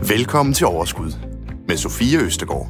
Velkommen til Overskud med Sofie Østergaard.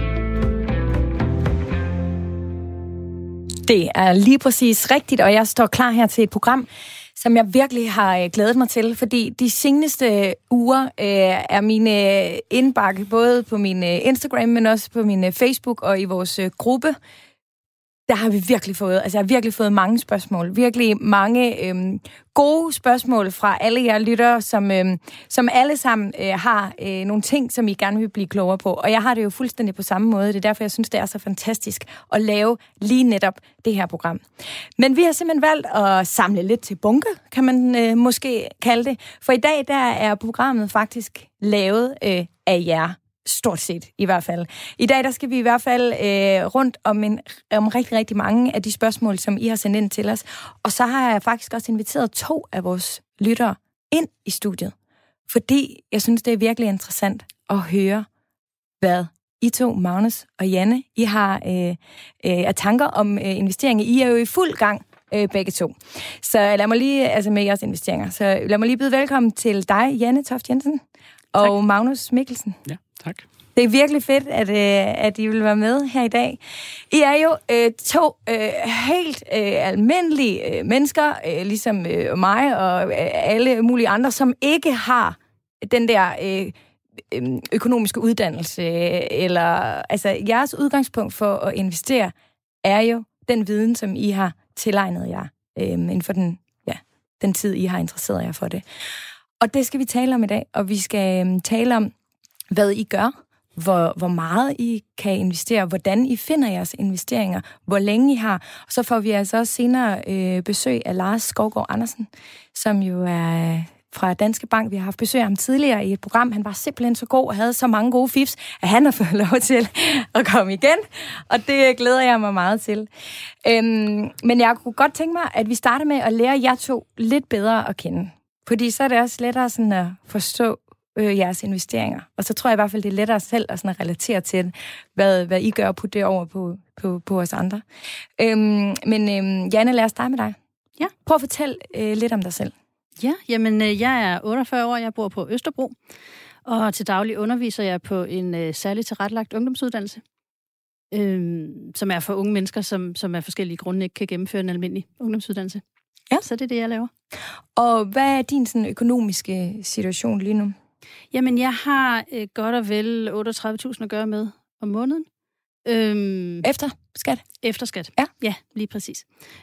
Det er lige præcis rigtigt, og jeg står klar her til et program, som jeg virkelig har glædet mig til, fordi de seneste uger er mine indbakke, både på min Instagram, men også på min Facebook og i vores gruppe. Der har vi virkelig fået, jeg har virkelig fået mange spørgsmål, virkelig mange gode spørgsmål fra alle jer lyttere, som alle sammen har nogle ting, som I gerne vil blive klogere på. Og jeg har det jo fuldstændig på samme måde. Det er derfor, jeg synes, det er så fantastisk at lave lige netop det her program. Men vi har simpelthen valgt at samle lidt til bunke, kan man måske kalde det. For i dag, der er programmet faktisk lavet af jer. Stort set, i hvert fald. I dag, der skal vi i hvert fald rundt om rigtig, rigtig mange af de spørgsmål, som I har sendt ind til os. Og så har jeg faktisk også inviteret 2 af vores lyttere ind i studiet. Fordi jeg synes, det er virkelig interessant at høre, hvad I 2, Magnus og Janne, I har af tanker om investeringer. I er jo i fuld gang, begge 2. Så lad mig lige, med jeres investeringer. Så lad mig lige byde velkommen til dig, Janne Toft Jensen, og tak. Magnus Mikkelsen. Ja. Tak. Det er virkelig fedt, at I vil være med her i dag. I er jo 2 helt almindelige mennesker, ligesom mig og alle mulige andre, som ikke har den der økonomiske uddannelse. Jeres udgangspunkt for at investere er jo den viden, som I har tilegnet jer inden for den tid, I har interesseret jer for det. Og det skal vi tale om i dag, og vi skal tale om, hvad I gør, hvor meget I kan investere, hvordan I finder jeres investeringer, hvor længe I har. Og så får vi altså også senere besøg af Lars Skovgaard Andersen, som jo er fra Danske Bank. Vi har haft besøg af ham tidligere i et program. Han var simpelthen så god og havde så mange gode fifs, at han har fået lov til at komme igen. Og det glæder jeg mig meget til. Men jeg kunne godt tænke mig, at vi starter med at lære jer 2 lidt bedre at kende. Fordi så er det også lettere sådan at forstå jeres investeringer. Og så tror jeg i hvert fald, det er lettere selv at sådan relatere til, hvad I gør og putte det over på os andre. Men Janne, lad os starte med dig. Ja. Prøv at fortælle lidt om dig selv. Ja, jamen jeg er 48 år, jeg bor på Østerbro, og til daglig underviser jeg på en særligt tilrettelagt ungdomsuddannelse, som er for unge mennesker, som af forskellige grunde ikke kan gennemføre en almindelig ungdomsuddannelse. Ja. Så det er det, jeg laver. Og hvad er din sådan økonomiske situation lige nu? Jamen, jeg har godt og vel 38.000 at gøre med om måneden. Efter skat? Efter skat. Ja, lige præcis.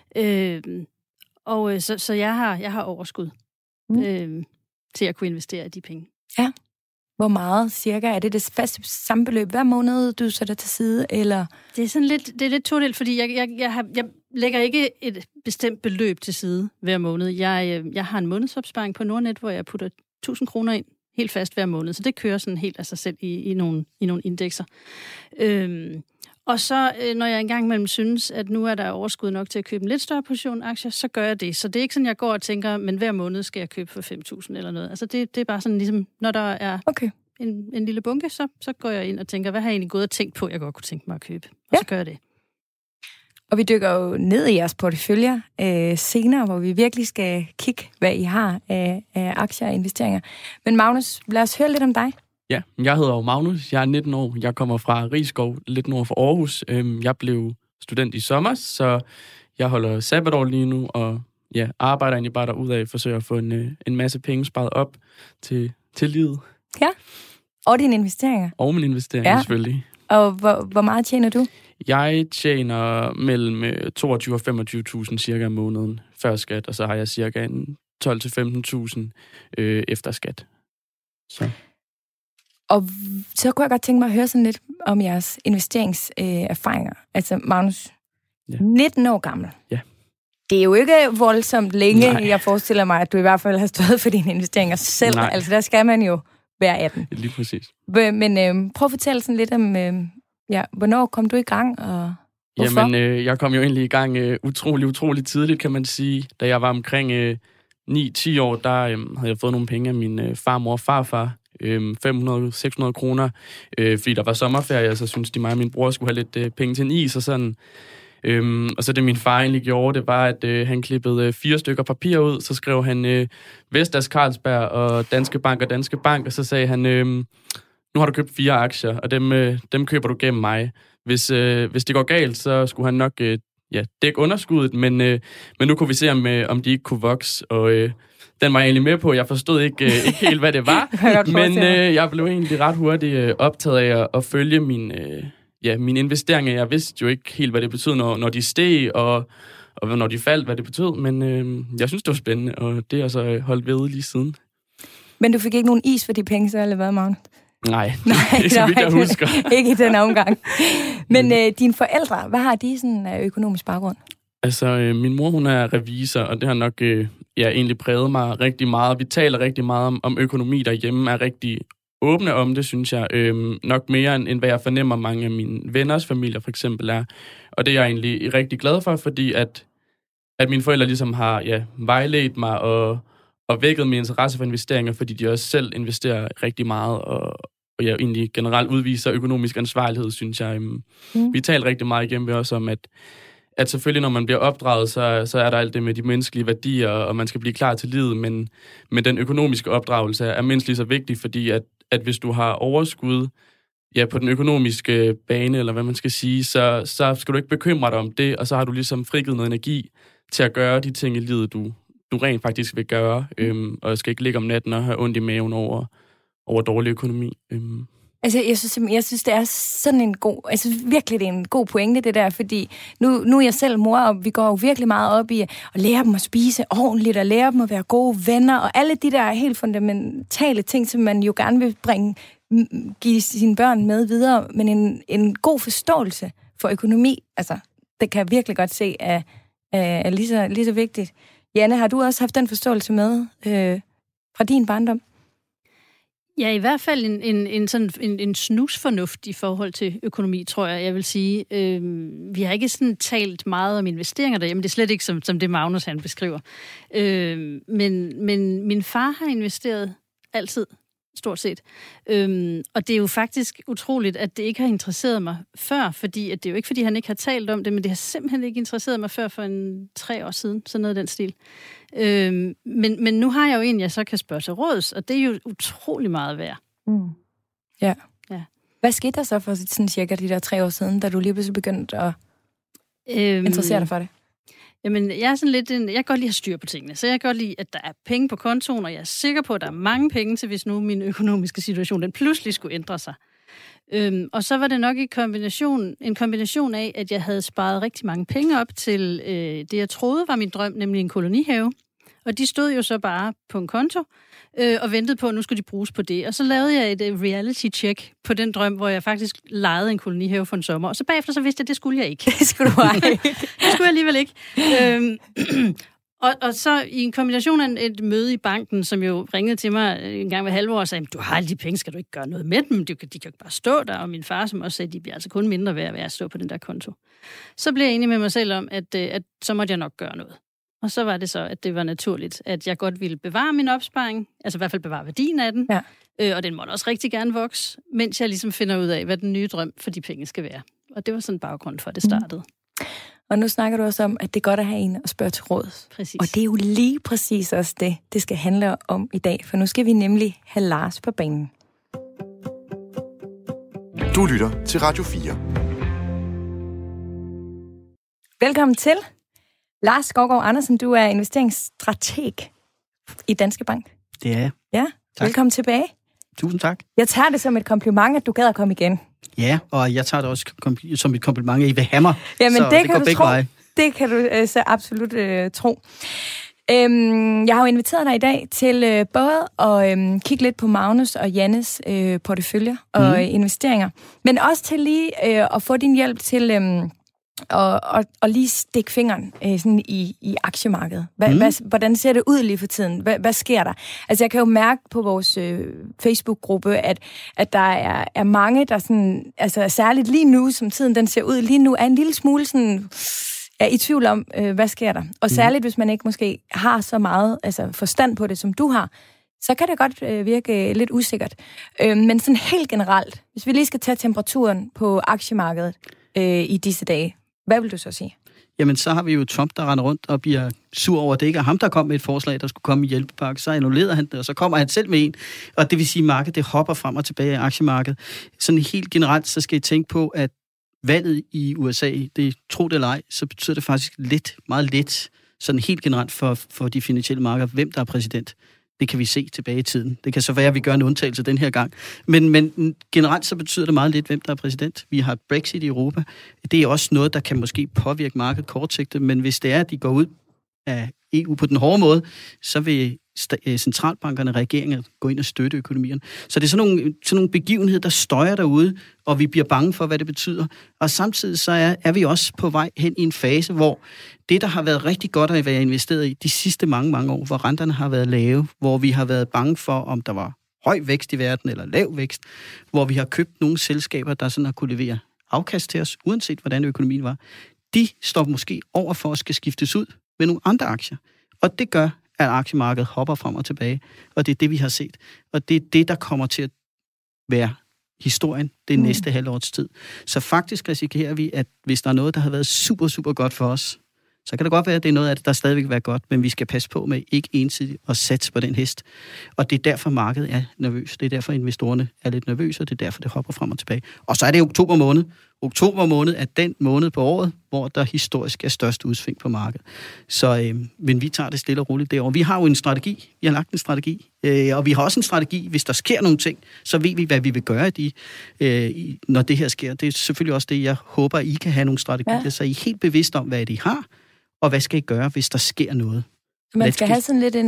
Så jeg har overskud til at kunne investere i de penge. Ja. Hvor meget cirka? Er det det faste samme beløb hver måned, du sætter til side, eller? Det er sådan lidt todelt, fordi jeg lægger ikke et bestemt beløb til side hver måned. Jeg har en månedsopsparing på Nordnet, hvor jeg putter 1.000 kroner ind helt fast hver måned, så det kører sådan helt af sig selv i nogle indekser. Og så, når jeg engang imellem synes, at nu er der overskud nok til at købe en lidt større portion aktier, så gør jeg det. Så det er ikke sådan, jeg går og tænker, men hver måned skal jeg købe for 5.000 eller noget. Altså det er bare sådan ligesom, når der er en lille bunke, så går jeg ind og tænker, hvad har jeg egentlig gået og tænkt på, jeg godt kunne tænke mig at købe? Og så gør jeg det. Og vi dykker jo ned i jeres porteføljer senere, hvor vi virkelig skal kigge, hvad I har af aktier og investeringer. Men Magnus, lad os høre lidt om dig. Ja, jeg hedder Magnus, jeg er 19 år, jeg kommer fra Rigskov, lidt nord for Aarhus. Jeg blev student i sommer, så jeg holder sabbatår lige nu, og arbejder egentlig bare derudad, forsøger at få en masse penge sparet op til livet. Ja, og dine investeringer. Og mine investeringer, selvfølgelig. Og hvor meget tjener du? Jeg tjener mellem 22.000 og 25.000 cirka om måneden før skat, og så har jeg cirka 12.000 til 15.000 efter skat. Så. Og så kunne jeg godt tænke mig at høre sådan lidt om jeres investeringserfaringer. Altså Magnus, 19 år gammel. Ja. Det er jo ikke voldsomt længe. Nej. Jeg forestiller mig, at du i hvert fald har stået for dine investeringer selv. Nej. Altså der skal man jo være 18. Lige præcis. Men prøv at fortælle sådan lidt om, hvornår kom du i gang, og hvorfor? Jamen, jeg kom jo egentlig i gang utrolig tidligt, kan man sige. Da jeg var omkring 9-10 år, der havde jeg fået nogle penge af min farmor og farfar. 500-600 kroner, fordi der var sommerferie, så synes de mig og min bror skulle have lidt penge til en is og sådan. Og så det min far egentlig gjorde, det var, at han klippede 4 stykker papir ud, så skrev han Vestas, Carlsberg og Danske Bank, og så sagde han, nu har du købt 4 aktier, og dem køber du gennem mig. Hvis det går galt, så skulle han nok dække underskuddet, men nu kunne vi se, om de ikke kunne vokse, og den var jeg egentlig med på. Jeg forstod ikke helt, hvad det var, men jeg blev egentlig ret hurtigt optaget af at følge mine investeringer. Jeg vidste jo ikke helt, hvad det betød, når de steg, og når de faldt, hvad det betød, men jeg synes, det var spændende, og det er så holdt ved lige siden. Men du fik ikke nogen is for de penge, så eller hvad, Magnus? Nej, ikke så vidt jeg husker. Ikke i den omgang. Men dine forældre, hvad har de sådan af økonomisk baggrund? Altså, min mor, hun er revisor, og det har nok egentlig præget mig rigtig meget. Vi taler rigtig meget om økonomi derhjemme, er rigtig åbne om det, synes jeg. Nok mere, end hvad jeg fornemmer mange af mine venners familier for eksempel er. Og det er jeg egentlig rigtig glad for, fordi at mine forældre ligesom har vejledt mig og vækket min interesse for investeringer, fordi de også selv investerer rigtig meget, og jeg egentlig generelt udviser økonomisk ansvarlighed, synes jeg. Vi taler rigtig meget igennem ved os om, at selvfølgelig, når man bliver opdraget, så er der alt det med de menneskelige værdier, og man skal blive klar til livet, men den økonomiske opdragelse er mindst lige så vigtig, fordi at hvis du har overskud på den økonomiske bane, eller hvad man skal sige, så skal du ikke bekymre dig om det, og så har du ligesom frigivet noget energi til at gøre de ting i livet, du rent faktisk vil gøre, og skal ikke ligge om natten og have ondt i maven over dårlig økonomi. Altså, jeg synes, det er sådan en god... Altså, virkelig, det er en god pointe, det der, fordi nu er jeg selv mor, og vi går jo virkelig meget op i at lære dem at spise ordentligt, og lære dem at være gode venner, og alle de der helt fundamentale ting, som man jo gerne vil give sine børn med videre, men en god forståelse for økonomi, altså, det kan jeg virkelig godt se er lige så vigtigt. Janne, har du også haft den forståelse med fra din barndom? Ja, i hvert fald en snusfornuft i forhold til økonomi, tror jeg vil sige. Vi har ikke sådan talt meget om investeringer derhjemme. Det er slet ikke som det Magnus han beskriver. Men min far har investeret altid, stort set. Og det er jo faktisk utroligt, at det ikke har interesseret mig før, fordi at det er jo ikke, fordi han ikke har talt om det, men det har simpelthen ikke interesseret mig før for 3 år siden, sådan noget af den stil. Men nu har jeg jo en, jeg så kan spørge til råds, og det er jo utrolig meget værd. Ja. Hvad skete der så for sådan cirka de der 3 år siden, da du lige pludselig begyndte at interessere dig for det? Jamen, jeg er sådan lidt jeg kan godt lide at have styr på tingene, så jeg kan godt lide, at der er penge på kontoen, og jeg er sikker på, at der er mange penge til, hvis nu min økonomiske situation, den pludselig skulle ændre sig. Og så var det nok en kombination af, at jeg havde sparet rigtig mange penge op til det, jeg troede var min drøm, nemlig en kolonihave. Og de stod jo så bare på en konto og ventede på, at nu skulle de bruges på det. Og så lavede jeg et reality-check på den drøm, hvor jeg faktisk lejede en kolonihave for en sommer. Og så bagefter så vidste jeg, at det skulle jeg ikke. Det skulle du ikke. Det skulle jeg alligevel ikke. Og så i en kombination af et møde i banken, som jo ringede til mig en gang hver halve år og sagde, du har alle de penge, skal du ikke gøre noget med dem? De kan jo ikke bare stå der. Og min far, som også sagde, de bliver altså kun mindre værd at stå på den der konto. Så blev jeg enig med mig selv om, at så måtte jeg nok gøre noget. Og så var det så, at det var naturligt, at jeg godt ville bevare min opsparing, altså i hvert fald bevare værdien af den, og den måtte også rigtig gerne vokse, mens jeg ligesom finder ud af, hvad den nye drøm for de penge skal være. Og det var sådan en baggrund for, at det startede. Og nu snakker du også om, at det er godt at have en at spørge til råd. Præcis. Og det er jo lige præcis også det skal handle om i dag, for nu skal vi nemlig have Lars på banen. Du lytter til Radio 4. Velkommen til. Lars Skovgaard Andersen, du er investeringsstrateg i Danske Bank. Det er jeg. Ja, tak. Velkommen tilbage. Tusind tak. Jeg tager det som et kompliment, at du gad at komme igen. Ja, og jeg tager det også som et kompliment, at I vil have mig. Jamen, så det kan du tro. Det kan du så absolut tro. Jeg har jo inviteret dig i dag til både at kigge lidt på Magnus og Jannes porteføljer og investeringer, men også til lige at få din hjælp til og lige stikke fingeren sådan i aktiemarkedet. Hvordan ser det ud lige for tiden? Hvad sker der? Altså, jeg kan jo mærke på vores Facebook-gruppe, at der er mange, der sådan, altså særligt lige nu, som tiden den ser ud lige nu, er en lille smule sådan, er i tvivl om, hvad sker der? Og særligt, hvis man ikke måske har så meget forstand på det, som du har, så kan det godt virke lidt usikkert. Men sådan helt generelt, hvis vi lige skal tage temperaturen på aktiemarkedet i disse dage, hvad vil du så sige? Jamen, så har vi jo Trump, der render rundt og bliver sur over, at det ikke er ham, der kom med et forslag, der skulle komme i hjælpepakke. Så annullerer han det, og så kommer han selv med en. Og det vil sige, at markedet det hopper frem og tilbage i aktiemarkedet. Sådan helt generelt, så skal I tænke på, at valget i USA, det tro det eller ej, så betyder det faktisk meget lidt, sådan helt generelt for de finansielle markeder, hvem der er præsident. Det kan vi se tilbage i tiden. Det kan så være, at vi gør en undtagelse den her gang. Men generelt så betyder det meget lidt, hvem der er præsident. Vi har Brexit i Europa. Det er også noget, der kan måske påvirke markedet kortsigtet, men hvis det er, at de går ud af EU på den hårde måde, så vil centralbankerne og regeringen gå ind og støtte økonomierne. Så det er sådan nogle begivenheder, der støjer derude, og vi bliver bange for, hvad det betyder. Og samtidig så er vi også på vej hen i en fase, hvor det, der har været rigtig godt at være investeret i de sidste mange år, hvor renterne har været lave, hvor vi har været bange for, om der var høj vækst i verden eller lav vækst, hvor vi har købt nogle selskaber, der sådan har kunne levere afkast til os, uanset hvordan økonomien var, de står måske over for at skal skiftes ud med nogle andre aktier. Og det gør, at aktiemarkedet hopper frem og tilbage. Og det er det, vi har set. Og det er det, der kommer til at være historien det næste halvårs tid. Så faktisk risikerer vi, at hvis der er noget, der har været super, super godt for os, så kan det godt være, at det er noget af det, der stadigvæk vil være godt, men vi skal passe på med ikke ensidigt at satse på den hest. Og det er derfor, markedet er nervøs. Det er derfor, investorerne er lidt nervøse, og det er derfor, det hopper frem og tilbage. Og så er det oktober måned. Oktober måned er den måned på året, hvor der historisk er størst udsving på markedet. Så, men vi tager det stille og roligt derovre. Vi har jo en strategi. Vi har lagt en strategi. Og vi har også en strategi, hvis der sker nogle ting, så ved vi, hvad vi vil gøre, når det her sker. Det er selvfølgelig også det, jeg håber, I kan have nogle strategier, så I er helt bevidst om, hvad I har, og hvad skal I gøre, hvis der sker noget. Man skal have sådan lidt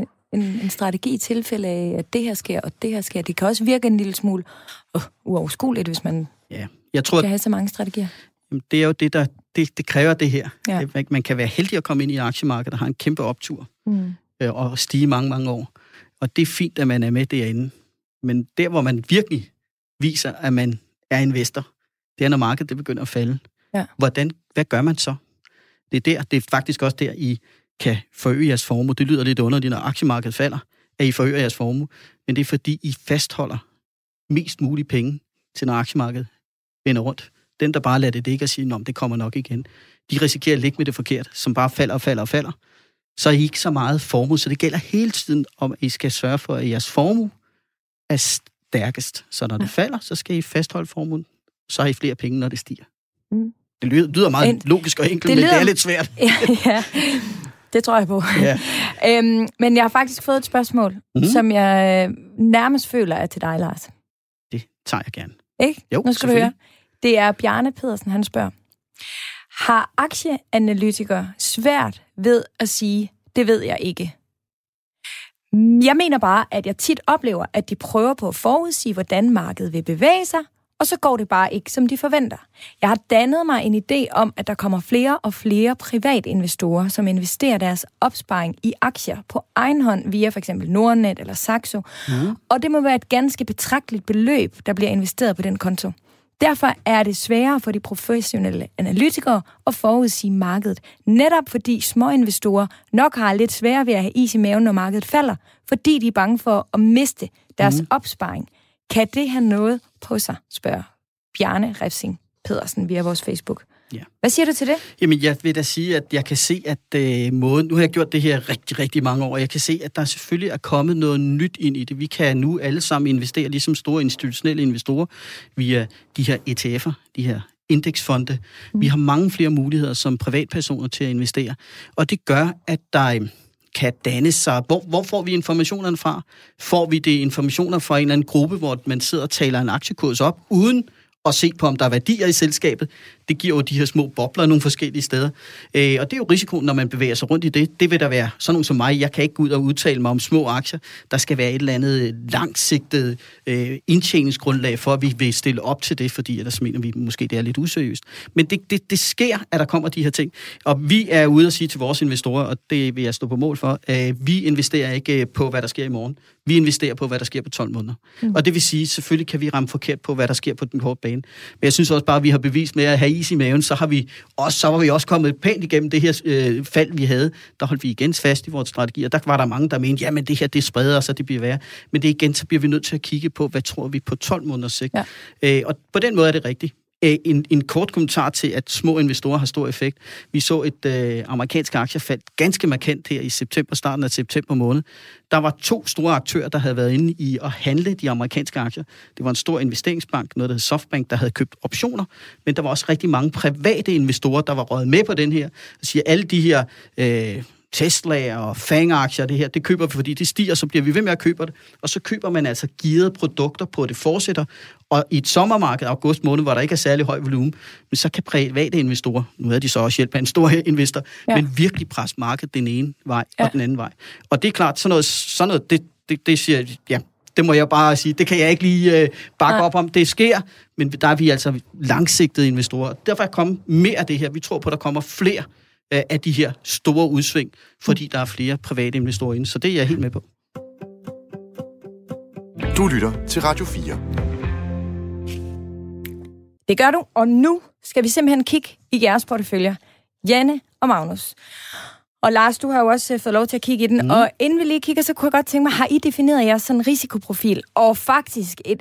en strategi i tilfælde af, at det her sker, og det her sker. Det kan også virke en lille smule uoverskueligt, hvis man jeg tror, skal have så mange strategier. Det er jo det kræver det her. Ja. Man kan være heldig at komme ind i aktiemarkedet, der har en kæmpe optur, og stige mange år. Og det er fint, at man er med derinde. Men der, hvor man virkelig viser, at man er investor, det er, når markedet det begynder at falde. Ja. Hvad gør man så? Det er faktisk også der, I kan forøge jeres formue. Det lyder lidt underligt, når aktiemarkedet falder, at I forøger jeres formue. Men det er, fordi I fastholder mest mulige penge til, når aktiemarkedet vender rundt. Den, der bare lader det ligge og siger, at det kommer nok igen. De risikerer at ligge med det forkert, som bare falder. Så er I ikke så meget formue. Så det gælder hele tiden om, at I skal sørge for, at jeres formue er stærkest. Så når det falder, så skal I fastholde formuen. Så har I flere penge, når det stiger. Det lyder meget logisk og enkelt, men det er lidt svært. Ja, det tror jeg på. Ja. Men jeg har faktisk fået et spørgsmål, som jeg nærmest føler er til dig, Lars. Det tager jeg gerne. Ikke? Jo, nu skal du høre. Det er Bjarne Pedersen, han spørger. Har aktieanalytikere svært ved at sige, det ved jeg ikke? Jeg mener bare, at jeg tit oplever, at de prøver på at forudsige, hvordan markedet vil bevæge sig, og så går det bare ikke, som de forventer. Jeg har dannet mig en idé om, at der kommer flere og flere privatinvestorer, som investerer deres opsparing i aktier på egen hånd via for eksempel Nordnet eller Saxo. Og det må være et ganske betragteligt beløb, der bliver investeret på den konto. Derfor er det sværere for de professionelle analytikere at forudsige markedet, netop fordi små investorer nok har lidt sværere ved at have is i maven, når markedet falder, fordi de er bange for at miste deres opsparing. Kan det have noget på sig, spørger Bjarne Refsing Pedersen via vores Facebook. Ja. Hvad siger du til det? Jamen, jeg vil da sige, at jeg kan se, at nu har jeg gjort det her rigtig, rigtig mange år, og jeg kan se, at der selvfølgelig er kommet noget nyt ind i det. Vi kan nu alle sammen investere, ligesom store institutionelle investorer, via de her ETF'er, de her indeksfonde. Vi har mange flere muligheder som privatpersoner til at investere, og det gør, at der kan danne sig. Hvor får vi informationerne fra? Får vi det informationer fra en eller anden gruppe, hvor man sidder og taler en aktiekurs op, uden at se på, om der er værdier i selskabet? Det giver jo de her små bobler nogle forskellige steder. Og det er jo risikoen, når man bevæger sig rundt i det. Det vil der være sådan nogle som mig. Jeg kan ikke gå ud og udtale mig om små aktier. Der skal være et eller andet langsigtet indtjeningsgrundlag for, at vi vil stille op til det, fordi ellers mener vi måske, det er lidt useriøst. Men det sker, at der kommer de her ting. Og vi er ude og sige til vores investorer, og det vil jeg stå på mål for, vi investerer ikke på, hvad der sker i morgen. Vi investerer på, hvad der sker på 12 måneder. Og det vil sige, selvfølgelig kan vi ramme forkert på, hvad der sker på den korte bane. Men jeg synes også bare, at vi har bevist med at have is i maven, så var vi også kommet pænt igennem det her fald, vi havde. Der holdt vi igen fast i vores strategi, og der var der mange, der mente, jamen det her, det spreder sig, det bliver værre. Men det igen, så bliver vi nødt til at kigge på, hvad tror vi på 12 måneders sigt. Ja. Og på den måde er det rigtigt. En kort kommentar til, at små investorer har stor effekt. Vi så et amerikansk aktiefald ganske markant her i september, starten af september måned. Der var 2 store aktører, der havde været inde i at handle de amerikanske aktier. Det var en stor investeringsbank, noget der hed Softbank, der havde købt optioner, men der var også rigtig mange private investorer, der var røget med på den her. Så siger alle de her Tesla og FANG-aktier, det køber vi, fordi det stiger, så bliver vi ved med at købe det. Og så køber man altså gearede produkter på, det fortsætter. Og i et sommermarked, august måned, hvor der ikke er særlig høj volumen, men så kan private investorer, nu havde de så også hjælp af en stor investor, men virkelig presse markedet den ene vej og den anden vej. Og det er klart, sådan noget det siger, ja, det må jeg bare sige, det kan jeg ikke lige bakke op om. Det sker, men der er vi altså langsigtede investorer. Derfor er kommet mere af det her. Vi tror på, at der kommer flere af de her store udsving, fordi der er flere private investorer inde. Så det er jeg helt med på. Du lytter til Radio 4. Det gør du, og nu skal vi simpelthen kigge i jeres porteføljer. Janne og Magnus. Og Lars, du har jo også fået lov til at kigge i den. Og inden vi lige kigger, så kunne jeg godt tænke mig, har I defineret jeres sådan risikoprofil? Og faktisk et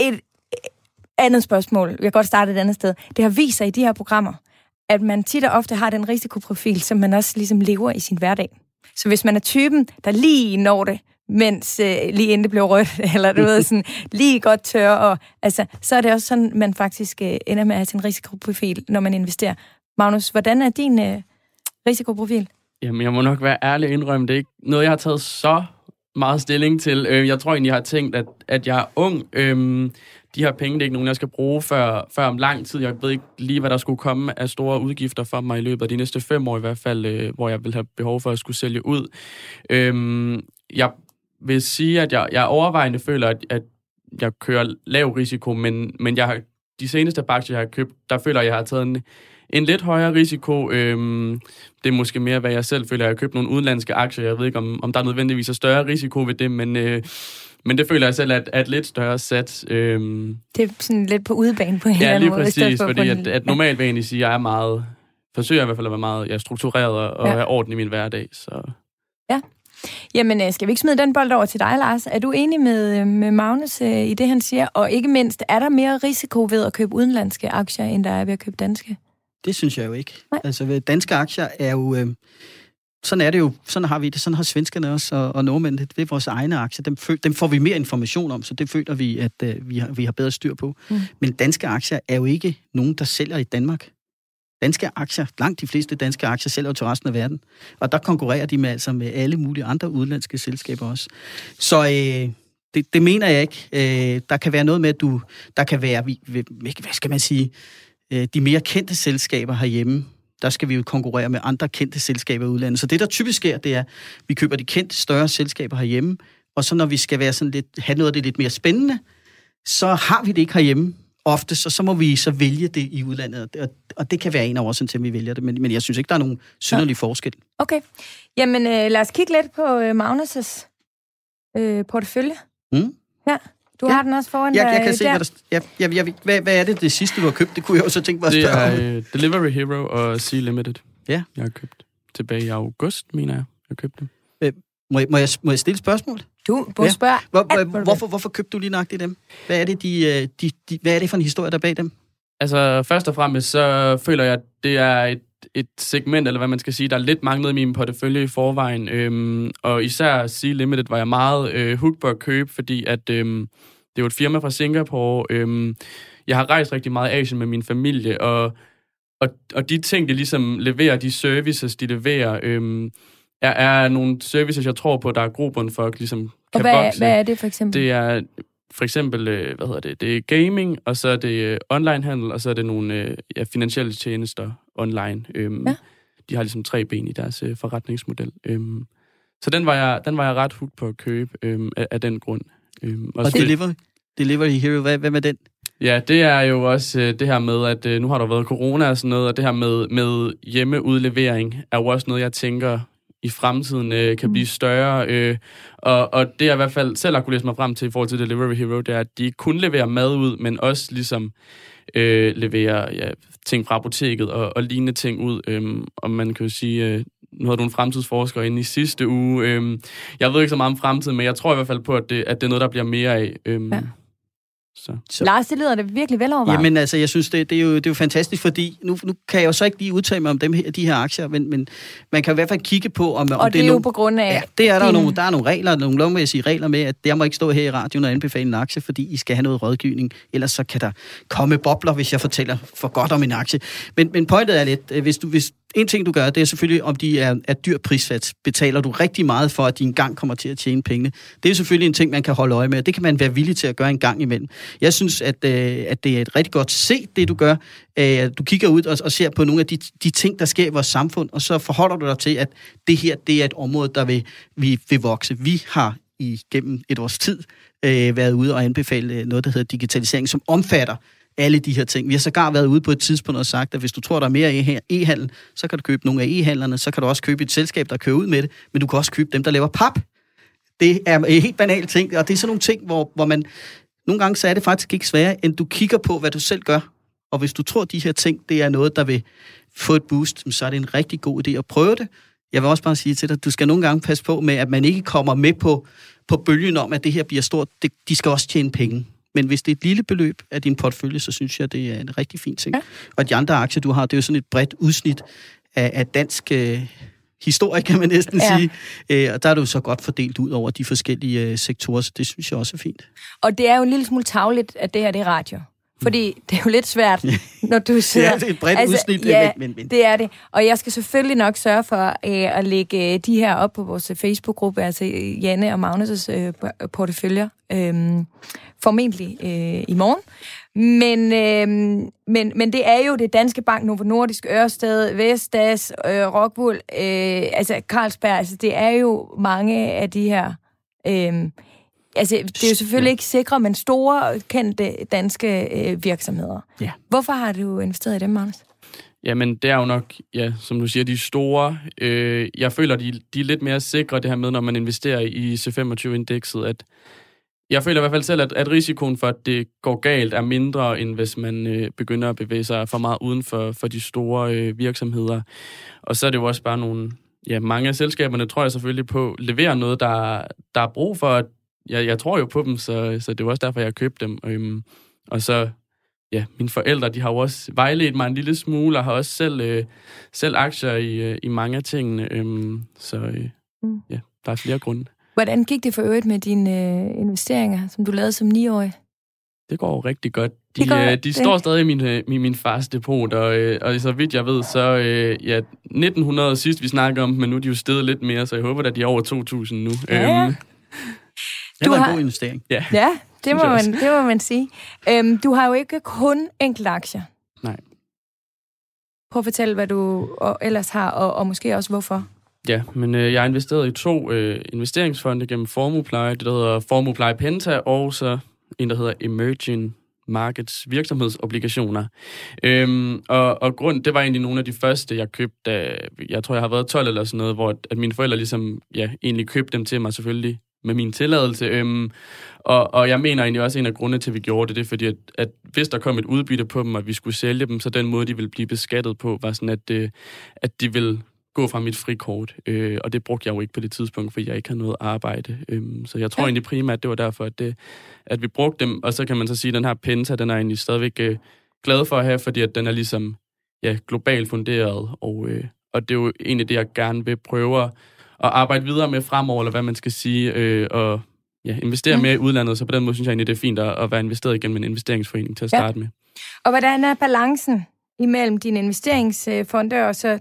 andet spørgsmål, jeg kan godt starte et andet sted. Det har vist sig i de her programmer, at man tit og ofte har den risikoprofil, som man også ligesom lever i sin hverdag. Så hvis man er typen, der lige når det, mens lige inden det blev rødt, eller du ved, sådan lige godt tør, og altså, så er det også sådan, man faktisk ender med at have sin risikoprofil, når man investerer. Magnus, hvordan er din risikoprofil? Jamen, jeg må nok være ærlig og indrømme, det er ikke noget, jeg har taget så meget stilling til. Jeg tror egentlig, jeg har tænkt, at jeg er ung. De her penge, det er ikke nogen, jeg skal bruge før om lang tid. Jeg ved ikke lige, hvad der skulle komme af store udgifter for mig i løbet af de næste 5 år i hvert fald, hvor jeg vil have behov for at skulle sælge ud. Jeg vil sige, at jeg overvejende føler, at jeg kører lav risiko, men jeg har, de seneste aktier, jeg har købt, der føler jeg har taget en lidt højere risiko. Det er måske mere, hvad jeg selv føler. Jeg har købt nogle udenlandske aktier. Jeg ved ikke, om der er nødvendigvis er større risiko ved det, men det føler jeg selv er et lidt større sats. Det er sådan lidt på udebane på en eller anden måde. Ja, lige præcis, fordi at normalt vil jeg egentlig sige, at jeg forsøger i hvert fald at være meget struktureret og have orden i min hverdag. Så. Ja. Jamen, skal vi ikke smide den bold over til dig, Lars? Er du enig med Magnus i det, han siger? Og ikke mindst, er der mere risiko ved at købe udenlandske aktier, end der er ved at købe danske? Det synes jeg jo ikke. Nej. Altså, danske aktier er jo... sådan er det jo. Sådan har vi det. Sådan har svenskerne også og nordmændene. Det er vores egne aktier. Dem får vi mere information om, så det føler vi, at vi har bedre styr på. Men danske aktier er jo ikke nogen, der sælger i Danmark. Danske aktier, langt de fleste danske aktier, sælger til resten af verden. Og der konkurrerer de med alle mulige andre udenlandske selskaber også. Så det mener jeg ikke. Der kan være noget med, at der kan være, hvad skal man sige, de mere kendte selskaber herhjemme. Der skal vi jo konkurrere med andre kendte selskaber i udlandet. Så det, der typisk sker, det er, at vi køber de kendte større selskaber herhjemme, og så når vi skal være sådan lidt, have noget af det lidt mere spændende, så har vi det ikke herhjemme ofte, så må vi så vælge det i udlandet, og det kan være en af årsagen til, at vi vælger det, men jeg synes ikke, der er nogen synderlig forskel. Okay. Jamen, lad os kigge lidt på Magnus' portefølje. Ja. Du har den også foran dig. Jeg kan se, hvad er det sidste, du har købt? Det kunne jeg jo så tænke mig at spørge om. Det er Delivery Hero og Sea Limited. Ja. Jeg har købt tilbage i august, mener jeg købte dem. Må jeg stille spørgsmål? Du må spørge. Hvorfor købte du lige nøjagtigt dem? Hvad er det, hvad er det for en historie, der er bag dem? Altså, først og fremmest, så føler jeg, at det er et segment, eller hvad man skal sige, der er lidt manglet i min portefølje i forvejen. Og især Sea Limited var jeg meget hooked på at købe, fordi at det er jo et firma fra Singapore. Jeg har rejst rigtig meget i Asien med min familie, og de ting, de ligesom leverer, de services, de leverer, er nogle services, jeg tror på, der er grobund for, ligesom kan vokse. Hvad er det for eksempel? Det er for eksempel, det er gaming, og så er det onlinehandel, og så er det nogle finansielle tjenester online. De har ligesom 3 ben i deres forretningsmodel. Så den var jeg ret hooked på at købe af den grund. Og Delivery Hero, hvad med den? Ja, det er jo også det her med, at nu har der været corona og sådan noget, og det her med hjemmeudlevering er jo også noget, jeg tænker i fremtiden kan blive større. Og det jeg i hvert fald selv har kunne læse mig frem til i forhold til Delivery Hero, det er, at de kun leverer mad ud, men også ligesom leverer ting fra apoteket og lignende ting ud. Og man kan jo sige, nu havde du en fremtidsforsker inde i sidste uge. Jeg ved ikke så meget om fremtiden, men jeg tror i hvert fald på, at det er noget, der bliver mere af. Så. Lars, det lyder det virkelig velovervejet. Jamen altså, jeg synes, det er jo fantastisk, fordi nu kan jeg jo så ikke lige udtale mig om de her aktier, men man kan i hvert fald kigge på, om og det er jo på grund af... Ja, det er der er nogle regler, nogle lovmæssige regler med, at jeg må ikke stå her i radioen og anbefale en aktie, fordi I skal have noget rådgivning, ellers så kan der komme bobler, hvis jeg fortæller for godt om en aktie. Men pointet er lidt, hvis en ting, du gør, det er selvfølgelig, om de er dyrt prisfat. Betaler du rigtig meget for, at de engang kommer til at tjene pengene? Det er selvfølgelig en ting, man kan holde øje med, og det kan man være villig til at gøre en gang imellem. Jeg synes, at det er et rigtig godt set, det du gør. Du kigger ud og ser på nogle af de ting, der sker i vores samfund, og så forholder du dig til, at det her, det er et område, der vil vokse. Vi har igennem et års tid været ude og anbefale noget, der hedder digitalisering, som omfatter alle de her ting. Vi har sågar været ude på et tidspunkt og sagt, at hvis du tror, der er mere e-handel, så kan du købe nogle af e-handlerne, så kan du også købe et selskab, der kører ud med det, men du kan også købe dem, der laver pap. Det er en helt banal ting, og det er sådan nogle ting, hvor man nogle gange så er det faktisk ikke sværere, end du kigger på, hvad du selv gør. Og hvis du tror, de her ting, det er noget, der vil få et boost, så er det en rigtig god idé at prøve det. Jeg vil også bare sige til dig, at du skal nogle gange passe på med, at man ikke kommer med på bølgen om, at det her bliver stort. De skal også tjene penge. Men hvis det er et lille beløb af din portefølje, så synes jeg, det er en rigtig fin ting. Ja. Og de andre aktier, du har, det er jo sådan et bredt udsnit af dansk historie, kan man næsten sige. Og der er du så godt fordelt ud over de forskellige sektorer, så det synes jeg også er fint. Og det er jo en lille smule tarveligt, at det her det er radio. Fordi det er jo lidt svært, når du sidder... Ja, det er et bredt udsnit. Ja, men det er det. Og jeg skal selvfølgelig nok sørge for at lægge de her op på vores Facebook-gruppe, altså Janne og Magnus' porteføljer, formentlig i morgen. Men det er jo det Danske Bank, Novo Nordisk, Ørsted, Vestas, Rockwool, altså Carlsberg, altså det er jo mange af de her... Altså, det er jo selvfølgelig ikke sikre, men store, kendte danske virksomheder. Ja. Hvorfor har du investeret i dem, Magnus? Jamen, det er jo nok, ja, som du siger, de store. Jeg føler, de er lidt mere sikre, det her med, når man investerer i C25-indekset, at jeg føler i hvert fald selv, at risikoen for, at det går galt, er mindre, end hvis man begynder at bevæge sig for meget uden for de store virksomheder. Og så er det jo også bare nogle... Ja, mange af selskaberne tror jeg selvfølgelig på, leverer noget, der er brug for. Jeg tror jo på dem, så det er også derfor, jeg har købt dem. Og så, ja, mine forældre, de har jo også vejledt mig en lille smule, og har også selv aktier i mange af tingene. Ja, der er flere grunde. Hvordan gik det for øvrigt med dine investeringer, som du lavede som 9-årig? Det går jo rigtig godt. De står stadig i min fars depot, og så vidt jeg ved, så 1900 sidst vi snakker om, men nu er de jo steget lidt mere, så jeg håber, at de er over 2000 nu. Ja. Det var en god investering. Ja, det må man sige. Du har jo ikke kun enkelte aktier. Nej. Prøv at fortælle, hvad du ellers har, og måske også hvorfor. Ja, men jeg har investeret i 2 investeringsfonde gennem Formupleje. Det der hedder Formupleje Penta, og så en, der hedder Emerging Markets virksomhedsobligationer. Og grund, det var egentlig nogle af de første, jeg købte, jeg tror, jeg har været 12 eller sådan noget, hvor at mine forældre ligesom, egentlig købte dem til mig selvfølgelig med min tilladelse. Og jeg mener egentlig også, en af grundene til, at vi gjorde det er fordi, at hvis der kom et udbytte på dem, og vi skulle sælge dem, så den måde, de ville blive beskattet på, var sådan, at de ville gå fra mit frikort. Og det brugte jeg jo ikke på det tidspunkt, fordi jeg ikke havde noget arbejde. Så jeg tror egentlig primært, det var derfor, at vi brugte dem. Og så kan man så sige, at den her Penta, den er egentlig stadigvæk glad for at have, fordi at den er ligesom globalt funderet. Og det er jo egentlig det, jeg gerne vil prøve at arbejde videre med fremover, eller hvad man skal sige, og investere mere i udlandet. Så på den måde synes jeg egentlig, det er fint at være investeret igennem en investeringsforening til at starte med. Og hvordan er balancen imellem dine investeringsfonde og så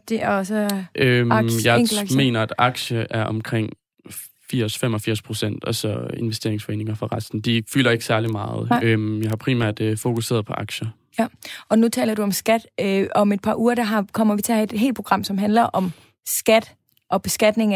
jeg mener, at aktie er omkring 80-85%, og så investeringsforeninger for resten. De fylder ikke særlig meget. Jeg har primært fokuseret på aktier. Ja, og nu taler du om skat. Om et par uger, kommer vi til at have et helt program, som handler om skat og beskatning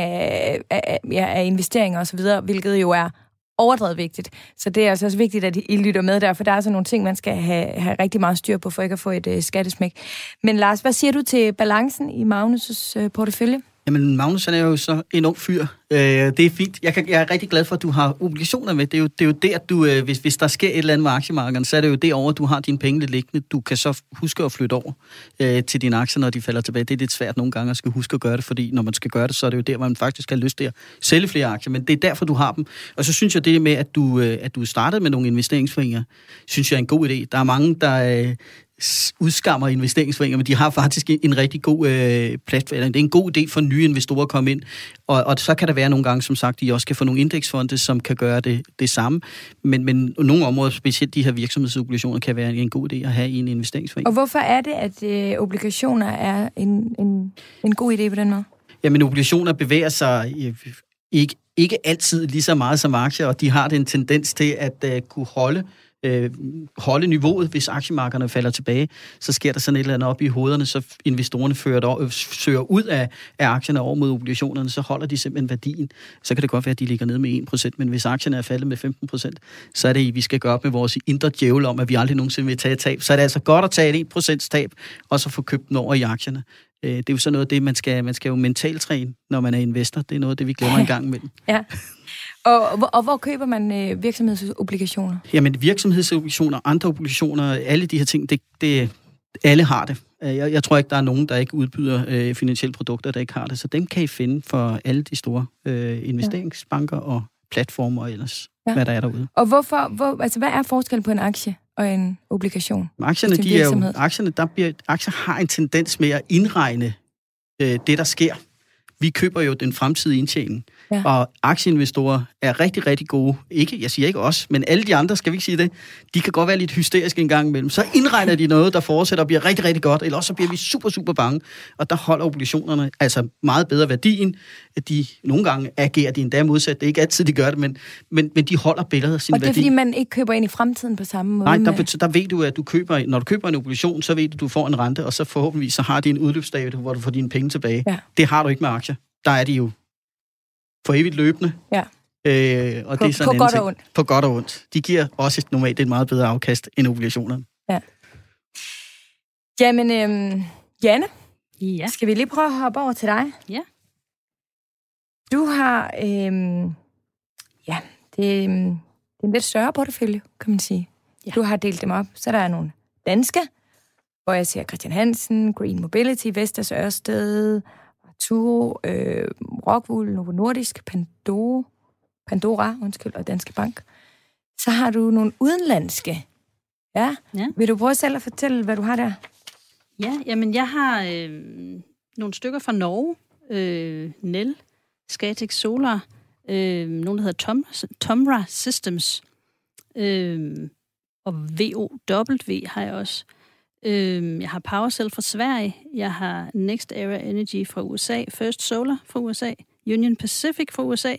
af investeringer osv., hvilket jo er overdrevet vigtigt. Så det er altså også vigtigt, at I lytter med der, for der er altså nogle ting, man skal have rigtig meget styr på, for ikke at få et skattesmæk. Men Lars, hvad siger du til balancen i Magnus' portefølje? Jamen, Magnus, han er jo så en ung fyr. Det er fint. Jeg er rigtig glad for, at du har obligationer med. Det er jo der, du, hvis der sker et eller andet med aktiemarkedet, så er det jo derovre, du har dine penge liggende. Du kan så huske at flytte over til dine aktier, når de falder tilbage. Det er lidt svært nogle gange at skal huske at gøre det, fordi når man skal gøre det, så er det jo der, man faktisk har lyst til at sælge flere aktier. Men det er derfor, du har dem. Og så synes jeg, det med, at du startede med nogle investeringsforeninger, synes jeg er en god idé. Der er mange, der udskammer investeringsforeninger, men de har faktisk en rigtig god platform. Det er en god idé for nye investorer at komme ind, og så kan der være nogle gange, som sagt, de også kan få nogle indeksfonde, som kan gøre det samme, men nogle områder, specielt de her virksomhedsobligationer, kan være en god idé at have i en investeringsforening. Og hvorfor er det, at obligationer er en god idé på den måde? Jamen, obligationer bevæger sig ikke altid lige så meget som aktier, og de har den tendens til at kunne holde niveauet, hvis aktiemarkederne falder tilbage, så sker der sådan et eller andet op i hovederne, så investorerne søger ud af aktierne over mod obligationerne, så holder de simpelthen værdien. Så kan det godt være, at de ligger ned med 1%, men hvis aktierne er faldet med 15%, så er det, vi skal gøre op med vores indre djævel om, at vi aldrig nogensinde vil tage et tab. Så er det altså godt at tage et 1% tab, og så få købt den over i aktierne. Det er jo sådan noget af det, man skal jo mentalt træne, når man er investor. Det er noget af det, vi glemmer en gang imellem. Ja. Og hvor køber man virksomhedsobligationer? Jamen, virksomhedsobligationer, andre obligationer, alle de her ting, alle har det. Jeg tror ikke, der er nogen, der ikke udbyder finansielle produkter, der ikke har det. Så dem kan I finde for alle de store investeringsbanker og platformer og ellers, hvad der er derude. Og hvad er forskellen på en aktie og en obligation? Aktier har en tendens med at indregne det, der sker. Vi køber jo den fremtidige indtjening, og aktieinvestorer er rigtig, rigtig gode. Jeg siger ikke os, men alle de andre, skal vi ikke sige det, de kan godt være lidt hysteriske en gang imellem. Så indregner de noget, der fortsætter og bliver rigtig, rigtig godt, eller også så bliver vi super, super bange. Og der holder obligationerne altså meget bedre værdien. De nogle gange agerer de endda modsat. Det er ikke altid, de gør det, men de holder billedet af sin værdi. Og det er, fordi man ikke køber ind i fremtiden på samme måde? Nej, der ved du, at når du køber en obligation, så ved du får en rente, og så forhåbentligvis så har de en udløbsdato, hvor du får dine penge tilbage. Ja. Det har du ikke med aktier. Der er de jo for evigt løbende. Ja. Og det er sådan på godt og ondt. På godt og ondt. De giver også normalt et meget bedre afkast end obligationerne. Ja. Jamen, Janne, skal vi lige prøve at hoppe over til dig? Ja. Du har, det er en lidt større portefølje, kan man sige. Ja. Du har delt dem op. Så der er nogle danske, hvor jeg siger Christian Hansen, Green Mobility, Vestas Ørsted, Arturo, Rockwool, Novo Nordisk, Pandora, og Danske Bank. Så har du nogle udenlandske. Ja. Vil du prøve selv at fortælle, hvad du har der? Ja, jamen jeg har nogle stykker fra Norge. Nel, Scatec Solar, nogle der hedder Tomra Systems, og VOW har jeg også. Jeg har PowerCell fra Sverige, jeg har Next Era Energy fra USA, First Solar fra USA, Union Pacific fra USA,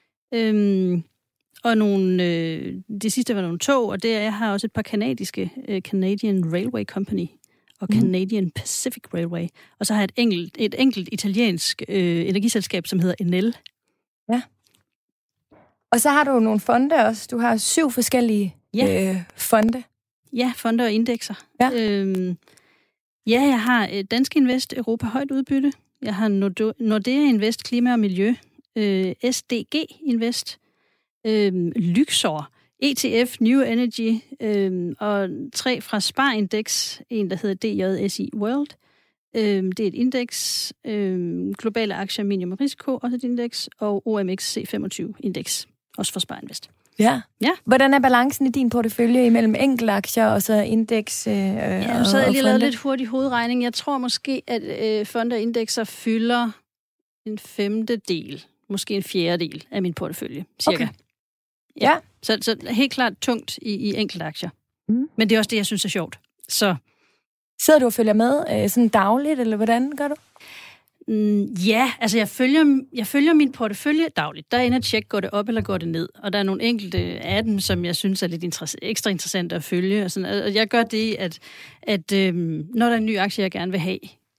og nogle, det sidste var nogle tog, og jeg har også et par kanadiske, Canadian Railway Company og Canadian Pacific Railway, og så har jeg et enkelt italiensk energiselskab, som hedder Enel. Ja. Og så har du nogle fonde også. Du har 7 forskellige fonde. Ja, fonde og indekser. Ja. Jeg har Danske Invest Europa Højt Udbytte. Jeg har Nordea Invest Klima og Miljø. SDG Invest. Luxor. ETF New Energy. Og 3 fra Sparindex. En, der hedder DJSI World. Det er et indeks. Globale aktier minimum risiko. Også et indeks. Og OMX C25 indeks. Også fra Sparinvest. Ja. Hvordan er balancen i din portefølje imellem enkeltaktier og så indeks? Så havde jeg lige lavet lidt hurtig hovedregning. Jeg tror måske, at fonde og indekser fylder en 1/5, måske en 1/4 af min portefølje, cirka. Okay. Ja. Så helt klart tungt i enkeltaktier. Men det er også det, jeg synes er sjovt. Så sidder du og følger med sådan dagligt, eller hvordan gør du? Ja, altså jeg følger min portefølje dagligt. Der er inde at tjekke, går det op eller går det ned. Og der er nogle enkelte af dem, som jeg synes er lidt ekstra interessant at følge. Og jeg gør det, at når der er en ny aktie, jeg gerne vil have,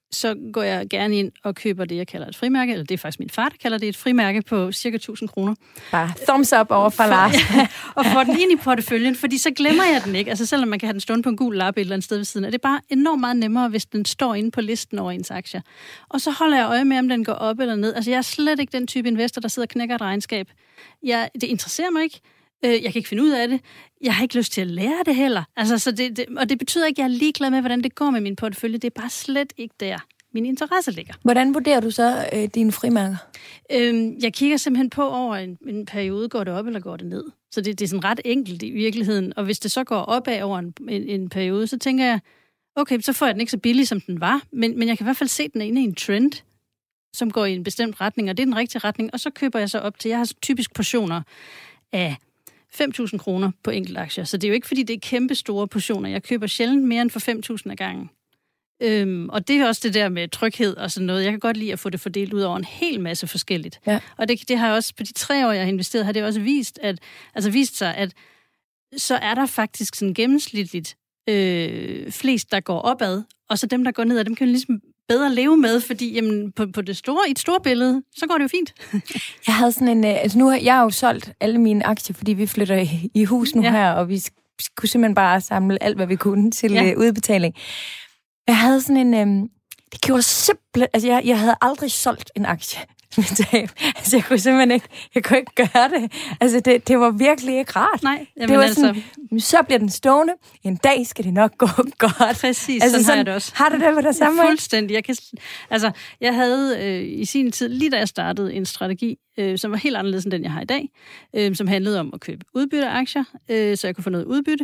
så går jeg gerne ind og køber det, jeg kalder et frimærke, eller det er faktisk min far, der kalder det et frimærke på cirka 1.000 kroner. Bare thumbs up over for Lars. Og får den ind i porteføljen, fordi så glemmer jeg den ikke. Altså selvom man kan have den stående på en gul lappe et eller andet sted ved siden af. Det er bare enormt meget nemmere, hvis den står inde på listen over ens aktier. Og så holder jeg øje med, om den går op eller ned. Altså jeg er slet ikke den type investor, der sidder og knækker et regnskab. Det interesserer mig ikke. Jeg kan ikke finde ud af det. Jeg har ikke lyst til at lære det heller. Altså, og det betyder ikke, at jeg er ligeglad med, hvordan det går med min portefølje. Det er bare slet ikke der, min interesse ligger. Hvordan vurderer du så dine frimærker? Jeg kigger simpelthen på over en periode, går det op eller går det ned. Så det er sådan ret enkelt i virkeligheden. Og hvis det så går opad over en periode, så tænker jeg, okay, så får jeg den ikke så billig, som den var. Men jeg kan i hvert fald se, den er inde i en trend, som går i en bestemt retning, og det er den rigtige retning. Og så køber jeg så op til, jeg har typisk portioner af 5.000 kroner på enkelte aktier. Så det er jo ikke, fordi det er kæmpe store portioner. Jeg køber sjældent mere end for 5.000 ad gangen. Og det er også det der med tryghed og sådan noget. Jeg kan godt lide at få det fordelt ud over en hel masse forskelligt. Ja. Og det har også, på de 3 år, jeg har investeret, har det også vist sig, at så er der faktisk sådan gennemsnitligt flest, der går opad, og så dem, der går nedad, dem kan vi ligesom bedre leve med, fordi jamen, i et store billede, så går det jo fint. Jeg havde sådan en... altså nu jeg har jo solgt alle mine aktier, fordi vi flytter i hus nu her, og vi kunne simpelthen bare samle alt, hvad vi kunne til udbetaling. Jeg havde sådan en... det gjorde simpelthen... Altså jeg havde aldrig solgt en aktie med tab. Altså jeg kunne simpelthen ikke... Jeg kunne ikke gøre det. Altså det var virkelig ikke rart. Nej, det var sådan, så bliver den stående. En dag skal det nok gå godt. Præcis, altså, sådan har jeg det også. Har du det med det samme? Fuldstændig. Jeg havde i sin tid, lige da jeg startede, en strategi, som var helt anderledes end den, jeg har i dag, som handlede om at købe udbytteaktier, så jeg kunne få noget udbytte.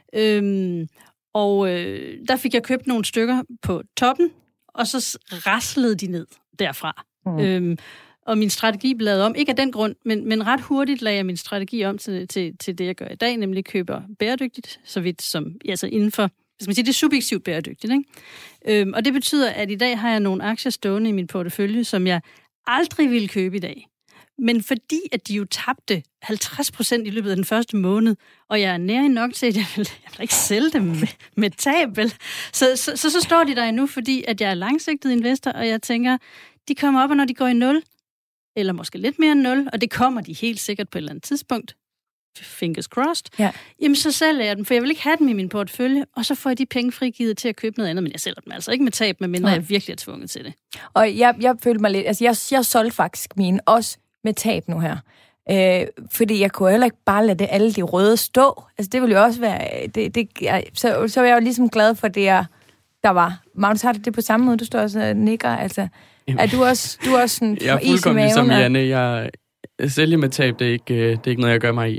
Og der fik jeg købt nogle stykker på toppen, og så raslede de ned derfra. Og min strategi blev lavet om, ikke af den grund, men ret hurtigt lagde jeg min strategi om til det, jeg gør i dag, nemlig køber bæredygtigt, så vidt som, altså inden for, hvis man siger, det er subjektivt bæredygtigt, ikke? Og det betyder, at i dag har jeg nogle aktier stående i min portefølje, som jeg aldrig ville købe i dag. Men fordi, at de jo tabte 50% i løbet af den første måned, og jeg er nær nok til, at jeg vil ikke sælge dem med tab, vel? Så står de der endnu, fordi at jeg er langsigtet investor, og jeg tænker, de kommer op, og når de går i 0, eller måske lidt mere end 0, og det kommer de helt sikkert på et eller andet tidspunkt, fingers crossed, jamen så sælger jeg dem, for jeg vil ikke have dem i min portefølje, og så får jeg de penge frigivet til at købe noget andet, men jeg sælger dem altså ikke med tab, medmindre jeg virkelig er tvunget til det. Og jeg følte mig lidt, altså jeg solgte faktisk mine også med tab nu her. Fordi jeg kunne heller ikke bare lade alle de røde stå. Altså det ville jo også være... Så var jeg jo ligesom glad for det, der var. Magnus, har det på samme måde? Du står også og nikker, altså... Er du også sådan... Jeg er fuldkommen ligesom Janne. Jeg sælger med tab, det er ikke noget, jeg gør mig i.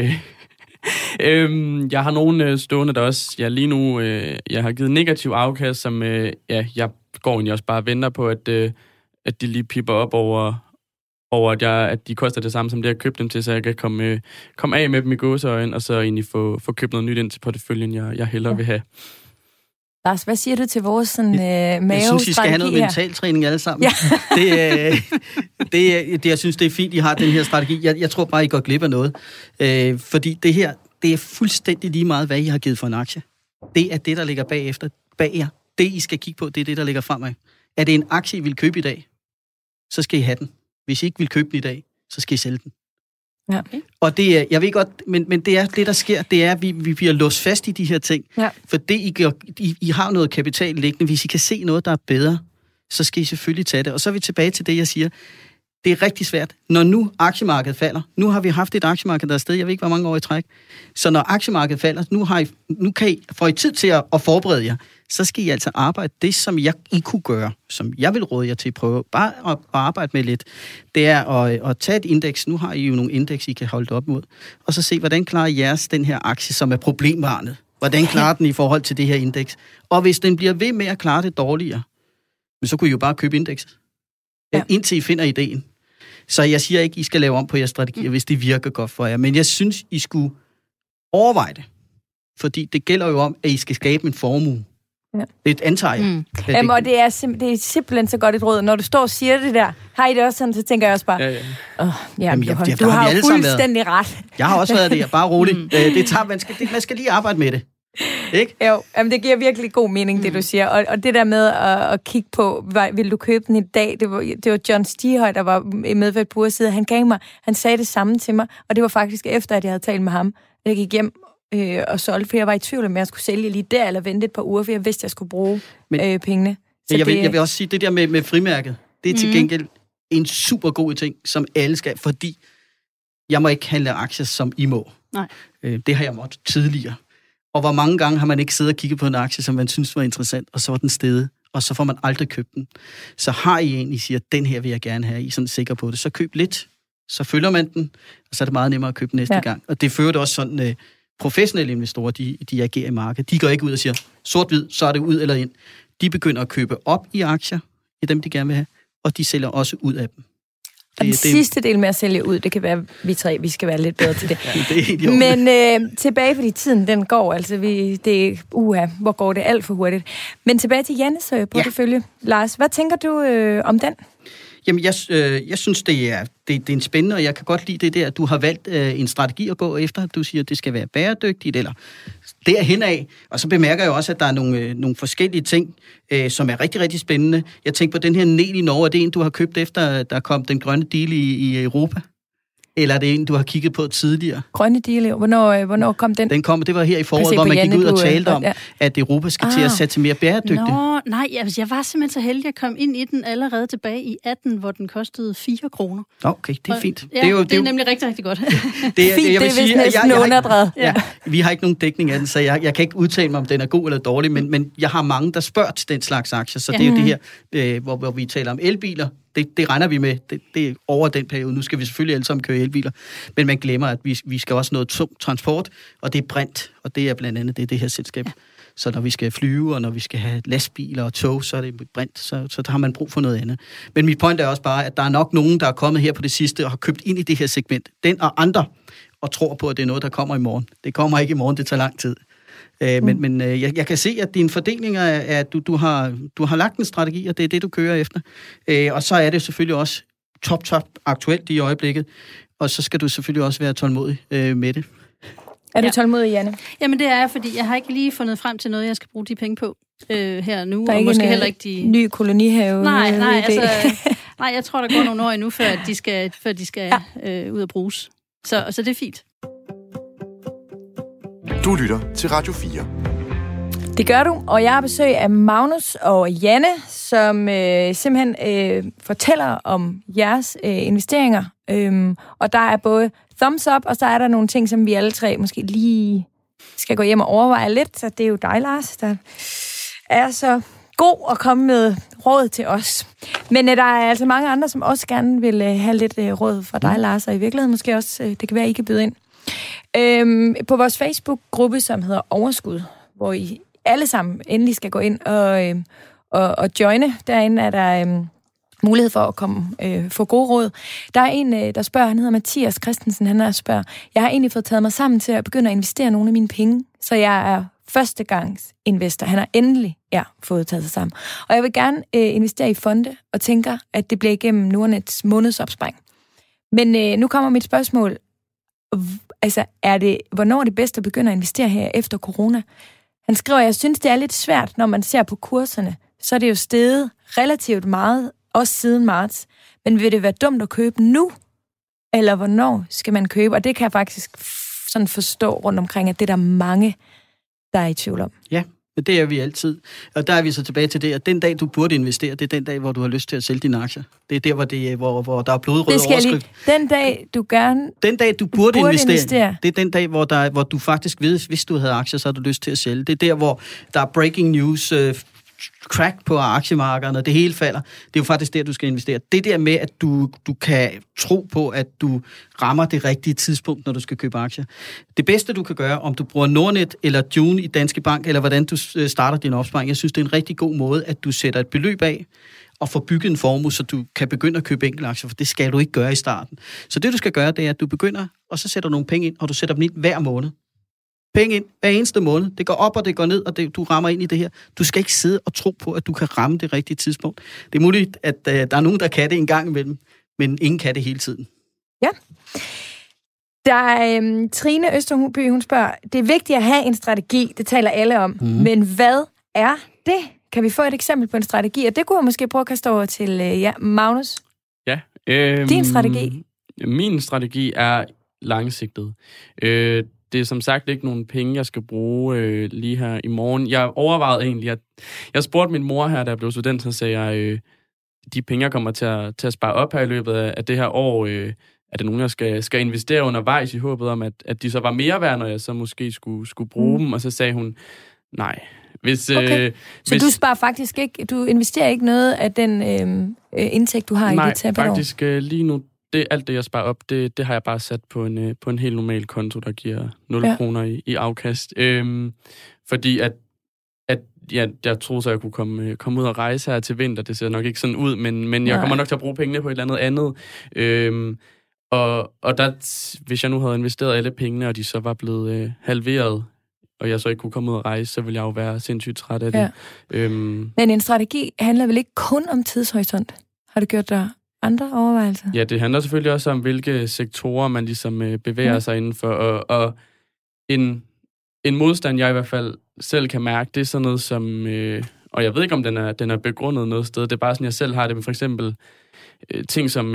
Jeg har nogle stående, der også... lige nu... jeg har givet negativ afkast, som... jeg går egentlig også bare og venter på, at de lige pipper op over at de koster det samme, som det jeg købte dem til, så jeg kan komme af med dem i gåseøjne, og så egentlig få købt noget nyt ind til porteføljen, jeg hellere vil have. Lars, hvad siger du til vores sådan, mavestrategi her? Jeg synes, I skal have noget mentaltræning alle sammen. Ja. Jeg synes, det er fint, I har den her strategi. Jeg tror bare, I går glip af noget. Fordi det her, det er fuldstændig lige meget, hvad I har givet for en aktie. Det er det, der ligger bag jer. Det, I skal kigge på, det er det, der ligger fremad. Er det en aktie, I vil købe i dag, så skal I have den. Hvis I ikke vil købe den i dag, så skal I sælge den. Ja. Og det er, jeg ved godt, men det er det, der sker, det er, at vi bliver låst fast i de her ting. Ja. For det, I har noget kapital liggende. Hvis I kan se noget, der er bedre, så skal I selvfølgelig tage det. Og så er vi tilbage til det, jeg siger. Det er rigtig svært. Når nu aktiemarkedet falder, nu har vi haft et aktiemarked, der er sted, jeg ved ikke, hvor mange år i træk. Så når aktiemarkedet falder, nu får I tid til at forberede jer. Så skal I altså arbejde det, som I kunne gøre, som jeg vil råde jer til at prøve bare at arbejde med lidt. Det er at tage et indeks. Nu har I jo nogle indeks, I kan holde det op mod. Og så se, hvordan klarer jeres den her aktie, som er problemvarende. Hvordan klarer den i forhold til det her indeks? Og hvis den bliver ved med at klare det dårligere, så kunne I jo bare købe indekset. Indtil I finder ideen. Så jeg siger ikke, I skal lave om på jeres strategier, hvis det virker godt for jer. Men jeg synes, I skulle overveje det. Fordi det gælder jo om, at I skal skabe en formue. Ja. Det antager jeg. Jamen, og det er simpelthen så godt et råd. Når du står og siger det der, har I det også sådan, så tænker jeg også bare, du har fuldstændig ret. Jeg har også været det, bare roligt. Man skal lige arbejde med det. Ikke? Jo, jamen, det giver virkelig god mening, det du siger. Og det der med at kigge på, vil du købe den i dag? Det var John Stihøj, der var med ved Burside. Han sagde det samme til mig, og det var faktisk efter, at jeg havde talt med ham. Jeg gik hjem og solgte, for jeg var i tvivl om, jeg skulle sælge lige der, eller vente et par uger, for jeg vidste, at jeg skulle bruge pengene. Så jeg vil også sige, det der med frimærket, det er til gengæld en super god ting, som alle skal, fordi jeg må ikke handle aktier, som I må. Nej. Det har jeg måttet tidligere. Og hvor mange gange har man ikke siddet og kigget på en aktie, som man synes var interessant, og så var den steget, og så får man aldrig købt den. Så har I en, I siger, den her vil jeg gerne have, I er sådan sikker på det, så køb lidt, så følger man den, og så er det meget nemmere at købe næste gang. Og det fører det også sådan, professionelle investorer, de agerer i markedet. De går ikke ud og siger, sort-hvid, så er det ud eller ind. De begynder at købe op i aktier, i dem de gerne vil have, og de sælger også ud af dem. Og den sidste del med at sælge ud, det kan være, vi skal være lidt bedre til det. Det Men tilbage, fordi tiden den går, altså hvor går det alt for hurtigt. Men tilbage til Jannes portefølje. Lars, hvad tænker du om den? Jamen, jeg synes, det er en spændende, og jeg kan godt lide det der, at du har valgt en strategi at gå efter. Du siger, at det skal være bæredygtigt, eller derhen af. Og så bemærker jeg også, at der er nogle forskellige ting, som er rigtig, rigtig spændende. Jeg tænker på den her Nel i Norge. Er det en, du har købt efter, der kom den grønne deal i Europa? Eller er det en, du har kigget på tidligere? Grønne deal, hvornår kom den? Det var her i foråret, hvor man gik ud og talte om, at Europa skal til at satse mere bæredygtigt. Nej, jeg var simpelthen så heldig at komme ind i den allerede tilbage i 18, hvor den kostede 4 kroner. Okay, det er fint. Ja, det er nemlig rigtig, rigtig godt. Det er vist næsten underdrejet. Vi har ikke nogen dækning af den, så jeg kan ikke udtale mig, om den er god eller dårlig, men jeg har mange, der spørger til den slags aktier, så det er jo det her, hvor vi taler om elbiler. Det regner vi med. Det er over den periode. Nu skal vi selvfølgelig alle sammen køre elbiler. Men man glemmer, at vi skal også noget tung transport, og det er brint, og det er blandt andet det her selskab. Ja. Så når vi skal flyve, og når vi skal have lastbiler og tog, så er det brint, så der har man brug for noget andet. Men mit point er også bare, at der er nok nogen, der er kommet her på det sidste og har købt ind i det her segment. Den og andre, og tror på, at det er noget, der kommer i morgen. Det kommer ikke i morgen, det tager lang tid. Men jeg kan se, at din fordeling er, at du har lagt en strategi, og det er det, du kører efter. Og så er det selvfølgelig også top aktuelt i øjeblikket, og så skal du selvfølgelig også være tålmodig med det. Er du tålmodig, Janne? Jamen det er jeg, fordi jeg har ikke lige fundet frem til noget, jeg skal bruge de penge på her nu. Der er og ikke måske en heller ikke de ny kolonihave? Nej, jeg tror, der går nogle år endnu, før de skal ud og bruges. Så det er fint. Du lytter til Radio 4. Det gør du, og jeg har besøg af Magnus og Janne, som simpelthen fortæller om jeres investeringer. Og der er både thumbs up, og så er der nogle ting, som vi alle tre måske lige skal gå hjem og overveje lidt. Så det er jo dig, Lars, der er så god at komme med råd til os. Men der er altså mange andre, som også gerne vil have lidt råd fra dig, Lars, og i virkeligheden måske også, det kan være, I kan byde ind. På vores Facebook-gruppe, som hedder Overskud, hvor I alle sammen endelig skal gå ind og joine. Derinde er der mulighed for at få gode råd. Der er en, der spørger, han hedder Mathias Christensen, han spørger, jeg har egentlig fået taget mig sammen til at begynde at investere nogle af mine penge, så jeg er førstegangsinvestor. Han har endelig fået taget sig sammen. Og jeg vil gerne investere i fonde, og tænker, at det bliver igennem Nordnets månedsopsparing. Men nu kommer mit spørgsmål. Altså, hvornår er det bedst at begynde at investere her efter corona? Han skriver, jeg synes, det er lidt svært, når man ser på kurserne. Så er det jo steget relativt meget, også siden marts. Men vil det være dumt at købe nu? Eller hvornår skal man købe? Og det kan jeg faktisk sådan forstå rundt omkring, at det er der mange, der er i tvivl om. Ja, det er vi altid. Og der er vi så tilbage til det, at den dag, du burde investere, det er den dag, hvor du har lyst til at sælge dine aktier. Det er der, hvor der er blodrød overskrift. Den dag, du burde investere, det er den dag, hvor du faktisk ved, hvis du havde aktier, så har du lyst til at sælge. Det er der, hvor der er breaking news, crack på aktiemarkederne, og det hele falder. Det er jo faktisk der, du skal investere. Det der med, at du kan tro på, at du rammer det rigtige tidspunkt, når du skal købe aktier. Det bedste, du kan gøre, om du bruger Nordnet eller June i Danske Bank, eller hvordan du starter din opsparing, jeg synes, det er en rigtig god måde, at du sætter et beløb af, og får bygget en formue, så du kan begynde at købe enkeltaktier, for det skal du ikke gøre i starten. Så det, du skal gøre, det er, at du begynder, og så sætter du nogle penge ind, og du sætter dem ind hver måned. Penge ind hver eneste måned. Det går op, og det går ned, og du rammer ind i det her. Du skal ikke sidde og tro på, at du kan ramme det rigtige tidspunkt. Det er muligt, at der er nogen, der kan det en gang imellem, men ingen kan det hele tiden. Ja. Der er Trine Østerby, hun spørger, det er vigtigt at have en strategi, det taler alle om, men hvad er det? Kan vi få et eksempel på en strategi? Og det kunne jeg måske prøve at kaste over til Magnus. Ja. Din strategi? Min strategi er langsigtet. Det er som sagt ikke nogen penge, jeg skal bruge lige her i morgen. Jeg overvejede egentlig, jeg spurgte min mor her, da jeg blev student, så sagde jeg, de penge, jeg kommer til at spare op her i løbet af det her år, er det nogen, jeg skal investere undervejs i håbet om, at de så var mere værd, når jeg så måske skulle bruge dem. Og så sagde hun, nej. Så du sparer faktisk ikke, du investerer ikke noget af den indtægt, du har i dit sabbatår? Nej, faktisk lige nu, alt det, jeg sparer op, det har jeg bare sat på en helt normal konto, der giver 0 kroner i afkast. Fordi jeg troede så, jeg kunne komme ud og rejse her til vinter. Det ser nok ikke sådan ud, men jeg kommer nok til at bruge pengene på et eller andet. Og der, hvis jeg nu havde investeret alle pengene, og de så var blevet halveret, og jeg så ikke kunne komme ud og rejse, så ville jeg jo være sindssygt træt af det. Ja. Men en strategi handler vel ikke kun om tidshorisont? Har du gjort dig andre overvejelser? Ja, det handler selvfølgelig også om, hvilke sektorer man ligesom bevæger sig indenfor. Og en modstand, jeg i hvert fald selv kan mærke, det er sådan noget som... og jeg ved ikke, om den er begrundet noget sted. Det er bare sådan, jeg selv har det med for eksempel ting som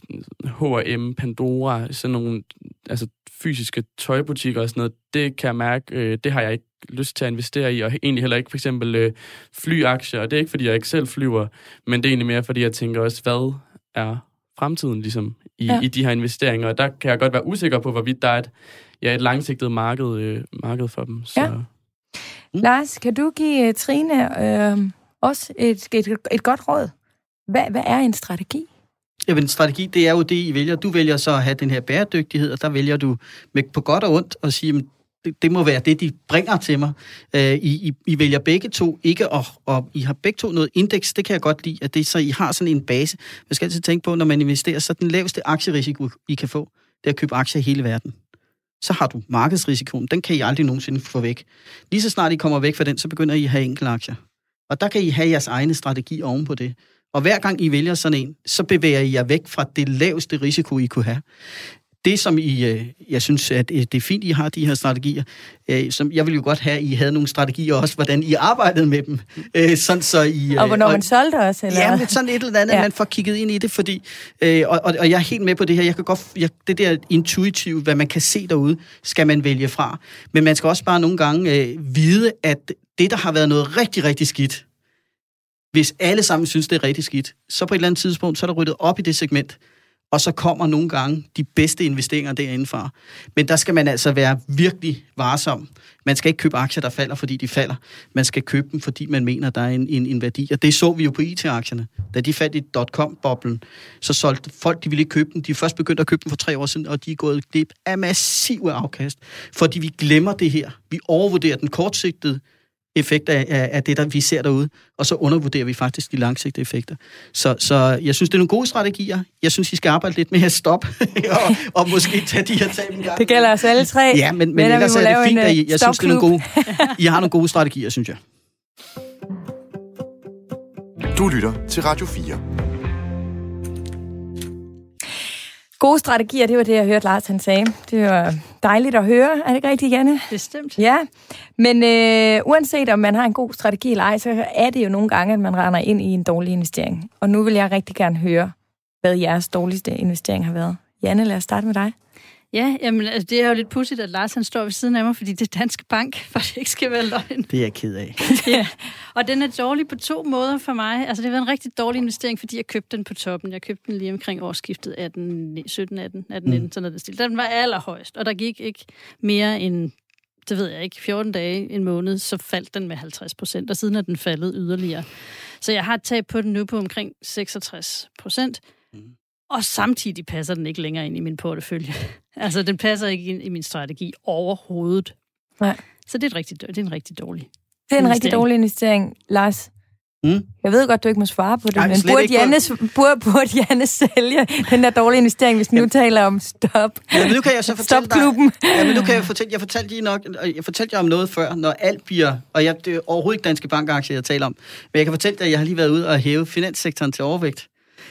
H&M, Pandora, sådan nogle altså fysiske tøjbutikker og sådan noget. Det kan jeg mærke, det har jeg ikke lyst til at investere i, og egentlig heller ikke for eksempel flyaktier. Og det er ikke, fordi jeg ikke selv flyver, men det er egentlig mere, fordi jeg tænker også, hvad er fremtiden ligesom i de her investeringer. Og der kan jeg godt være usikker på, hvorvidt der er et langsigtet marked for dem. Så. Ja. Lars, kan du give Trine også et godt råd? Hvad er en strategi? Jamen, en strategi, det er jo det, I vælger. Du vælger så at have den her bæredygtighed, og der vælger du med på godt og ondt at sige, det må være det, de bringer til mig. I vælger begge to ikke, og I har begge to noget indeks, det kan jeg godt lide, at det så I har sådan en base. Man skal altid tænke på, når man investerer, så den laveste aktierisiko, I kan få, det er at købe aktier i hele verden. Så har du markedsrisikoen, den kan I aldrig nogensinde få væk. Lige så snart I kommer væk fra den, så begynder I at have enkelte aktier. Og der kan I have jeres egne strategi oven på det. Og hver gang I vælger sådan en, så bevæger I jer væk fra det laveste risiko, I kunne have. Det, som jeg synes, at det er fint, I har de her strategier. Som jeg ville jo godt have, at I havde nogle strategier også, hvordan I arbejdede med dem. Sådan, så I, og hvornår man solgte også, eller? Ja, men sådan et eller andet, man får kigget ind i det, fordi... Og jeg er helt med på det her. Jeg kan godt... det der intuitive, hvad man kan se derude, skal man vælge fra. Men man skal også bare nogle gange vide, at det, der har været noget rigtig, rigtig skidt, hvis alle sammen synes, det er rigtig skidt, så på et eller andet tidspunkt, så er der ryddet op i det segment, og så kommer nogle gange de bedste investeringer derindefra. Men der skal man altså være virkelig varsom. Man skal ikke købe aktier, der falder, fordi de falder. Man skal købe dem, fordi man mener, der er en værdi. Og det så vi jo på IT-aktierne. Da de faldt i .com-boblen, så solgte folk, de ville ikke købe dem. De først begyndte at købe dem for 3 år siden, og de er gået glip af massive afkast. Fordi vi glemmer det her. Vi overvurderer den kortsigtede effekt af det, der vi ser derude, og så undervurderer vi faktisk de langsigtede effekter. Så jeg synes, det er nogle gode strategier. Jeg synes, I skal arbejde lidt med at stoppe, og måske tage de her tab en gang. Det gælder os alle tre. Ja, men ellers er det fint, at jeg synes, det er nogle gode. I har nogle gode strategier, synes jeg. Du lytter til Radio 4. Gode strategier, det var det, jeg hørte Lars han sagde. Det var dejligt at høre. Er det ikke rigtigt, Janne? Bestemt. Ja, men uanset om man har en god strategi eller ej, så er det jo nogle gange, at man render ind i en dårlig investering. Og nu vil jeg rigtig gerne høre, hvad jeres dårligste investering har været. Janne, lad os starte med dig. Ja, jamen, altså, det er jo lidt pudsigt, at Lars han står ved siden af mig, fordi det er Danske Bank, for det ikke skal være løgn. Det er jeg ked af. Ja, og den er dårlig på 2 måder for mig. Altså, det har været en rigtig dårlig investering, fordi jeg købte den på toppen. Jeg købte den lige omkring årsskiftet 17, 18, 19, sådan noget stil. Den var allerhøjst, og der gik ikke mere end, det ved jeg ikke, 14 dage, en måned, så faldt den med 50%, og siden er den faldet yderligere. Så jeg har et tab på den nu på omkring 66%. Og samtidig passer den ikke længere ind i min portefølje. Altså, den passer ikke ind i min strategi overhovedet. Nej. Så det er en rigtig dårlig Det er en rigtig dårlig investering, Lars. Jeg ved godt, du ikke må svare på det, men burde Janne sælge den der dårlige investering, hvis nu taler om stop? Ja, men nu kan jeg så fortælle Stopklubben. Ja, men nu kan jeg fortalte jer om noget før, når alt bliver, og det er overhovedet ikke Danske Bank-aktier, jeg taler om, men jeg kan fortælle dig, at jeg har lige været ude og hæve finanssektoren til overvægt.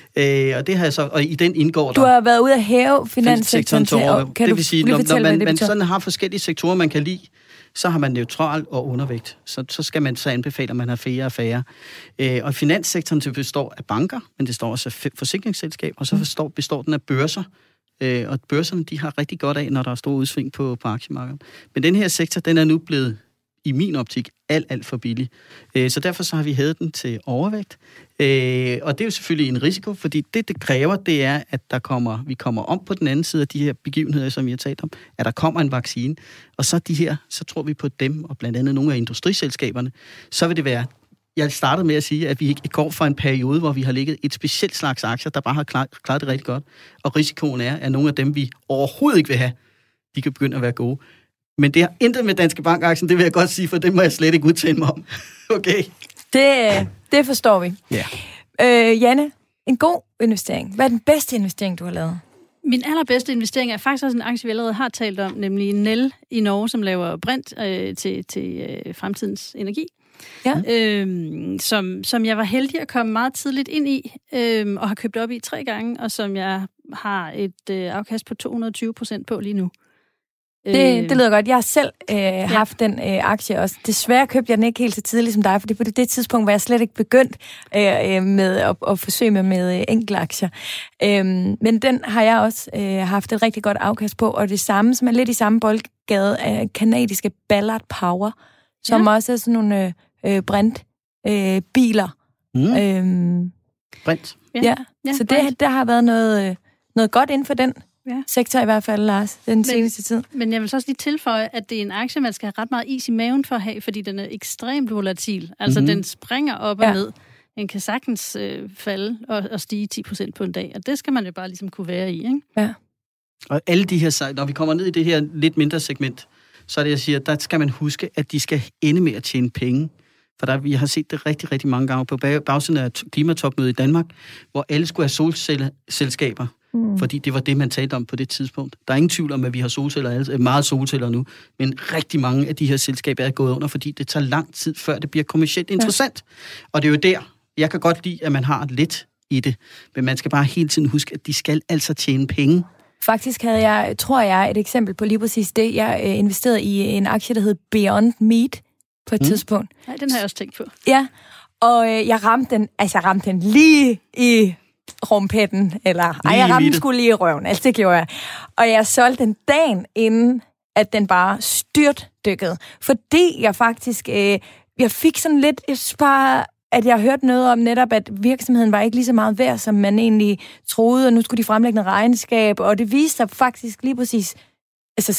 Og det har jeg så, og i den indgår Du har været ude at hæve finanssektoren til overvægt. Kan det vil sige, når man sådan har forskellige sektorer, man kan lide, så har man neutral og undervægt. Så skal man så anbefale, at man har færre og færre. Og finanssektoren består af banker, men det står også af forsikringsselskaber, og så består den af børser. Og børserne, de har rigtig godt af, når der er store udsving på aktiemarkedet. Men den her sektor, den er nu blevet, i min optik, alt for billig. Så derfor så har vi hævet den til overvægt. Og det er jo selvfølgelig en risiko, fordi det kræver, det er, at vi kommer om på den anden side af de her begivenheder, som vi har talt om, at der kommer en vaccine. Og så så tror vi på dem, og blandt andet nogle af industriselskaberne, så vil det være. Jeg startede med at sige, at vi ikke går fra en periode, hvor vi har ligget et specielt slags aktier, der bare har klaret det rigtig godt. Og risikoen er, at nogle af dem, vi overhovedet ikke vil have, de kan begynde at være gode. Men det har intet med Danske Bank-aktien, det vil jeg godt sige, for det må jeg slet ikke udtale mig om. Okay? Det forstår vi. Ja. Janne, en god investering. Hvad er den bedste investering, du har lavet? Min allerbedste investering er faktisk også en aktie, vi allerede har talt om, nemlig Nel i Norge, som laver brint til fremtidens energi. Ja. Som jeg var heldig at komme meget tidligt ind i, og har købt op i 3 gange, og som jeg har et afkast på 220% på lige nu. Det lyder godt. Jeg har selv haft den aktie også. Desværre købte jeg den ikke helt så tidligt som dig, fordi på det tidspunkt var jeg slet ikke begyndt med at forsøge med enkeltaktier. Men den har jeg også haft et rigtig godt afkast på, og det samme, som er lidt i samme boldgade, er kanadiske Ballard Power, som også er sådan nogle brintbiler. Brint. Ja. Så der har været noget godt inden for den sektor i hvert fald, Lars, den seneste tid. Men jeg vil så også lige tilføje, at det er en aktie, man skal have ret meget is i maven for at have, fordi den er ekstremt volatil. Altså, den springer op og ned. Den kan sagtens falde og stige 10% på en dag, og det skal man jo bare ligesom kunne være i, ikke? Ja. Og alle de her, når vi kommer ned i det her lidt mindre segment, så er det, jeg siger, der skal man huske, at de skal ende med at tjene penge. For vi har set det rigtig, rigtig mange gange på bagsiden af klimatopmødet i Danmark, hvor alle skulle have solcelleselskaber, fordi det var det, man talte om på det tidspunkt. Der er ingen tvivl om, at vi har meget solceller nu, men rigtig mange af de her selskaber er gået under, fordi det tager lang tid, før det bliver kommercielt interessant. Og det er jo der, jeg kan godt lide, at man har lidt i det, men man skal bare hele tiden huske, at de skal altså tjene penge. Faktisk havde jeg, tror jeg, et eksempel på lige præcis det. Jeg investerede i en aktie, der hed Beyond Meat på et tidspunkt. Nej, den har jeg også tænkt på. Ja, og jeg ramte den lige i rumpetten, eller jeg ramte den sgu lige i røven, altså det gjorde jeg. Og jeg solgte den dagen inden, at den bare styrtdykkede. Fordi jeg faktisk, jeg fik sådan lidt, jeg synes bare, at jeg hørte noget om netop, at virksomheden var ikke lige så meget værd, som man egentlig troede, og nu skulle de fremlægge en regnskab, og det viste sig faktisk lige præcis, altså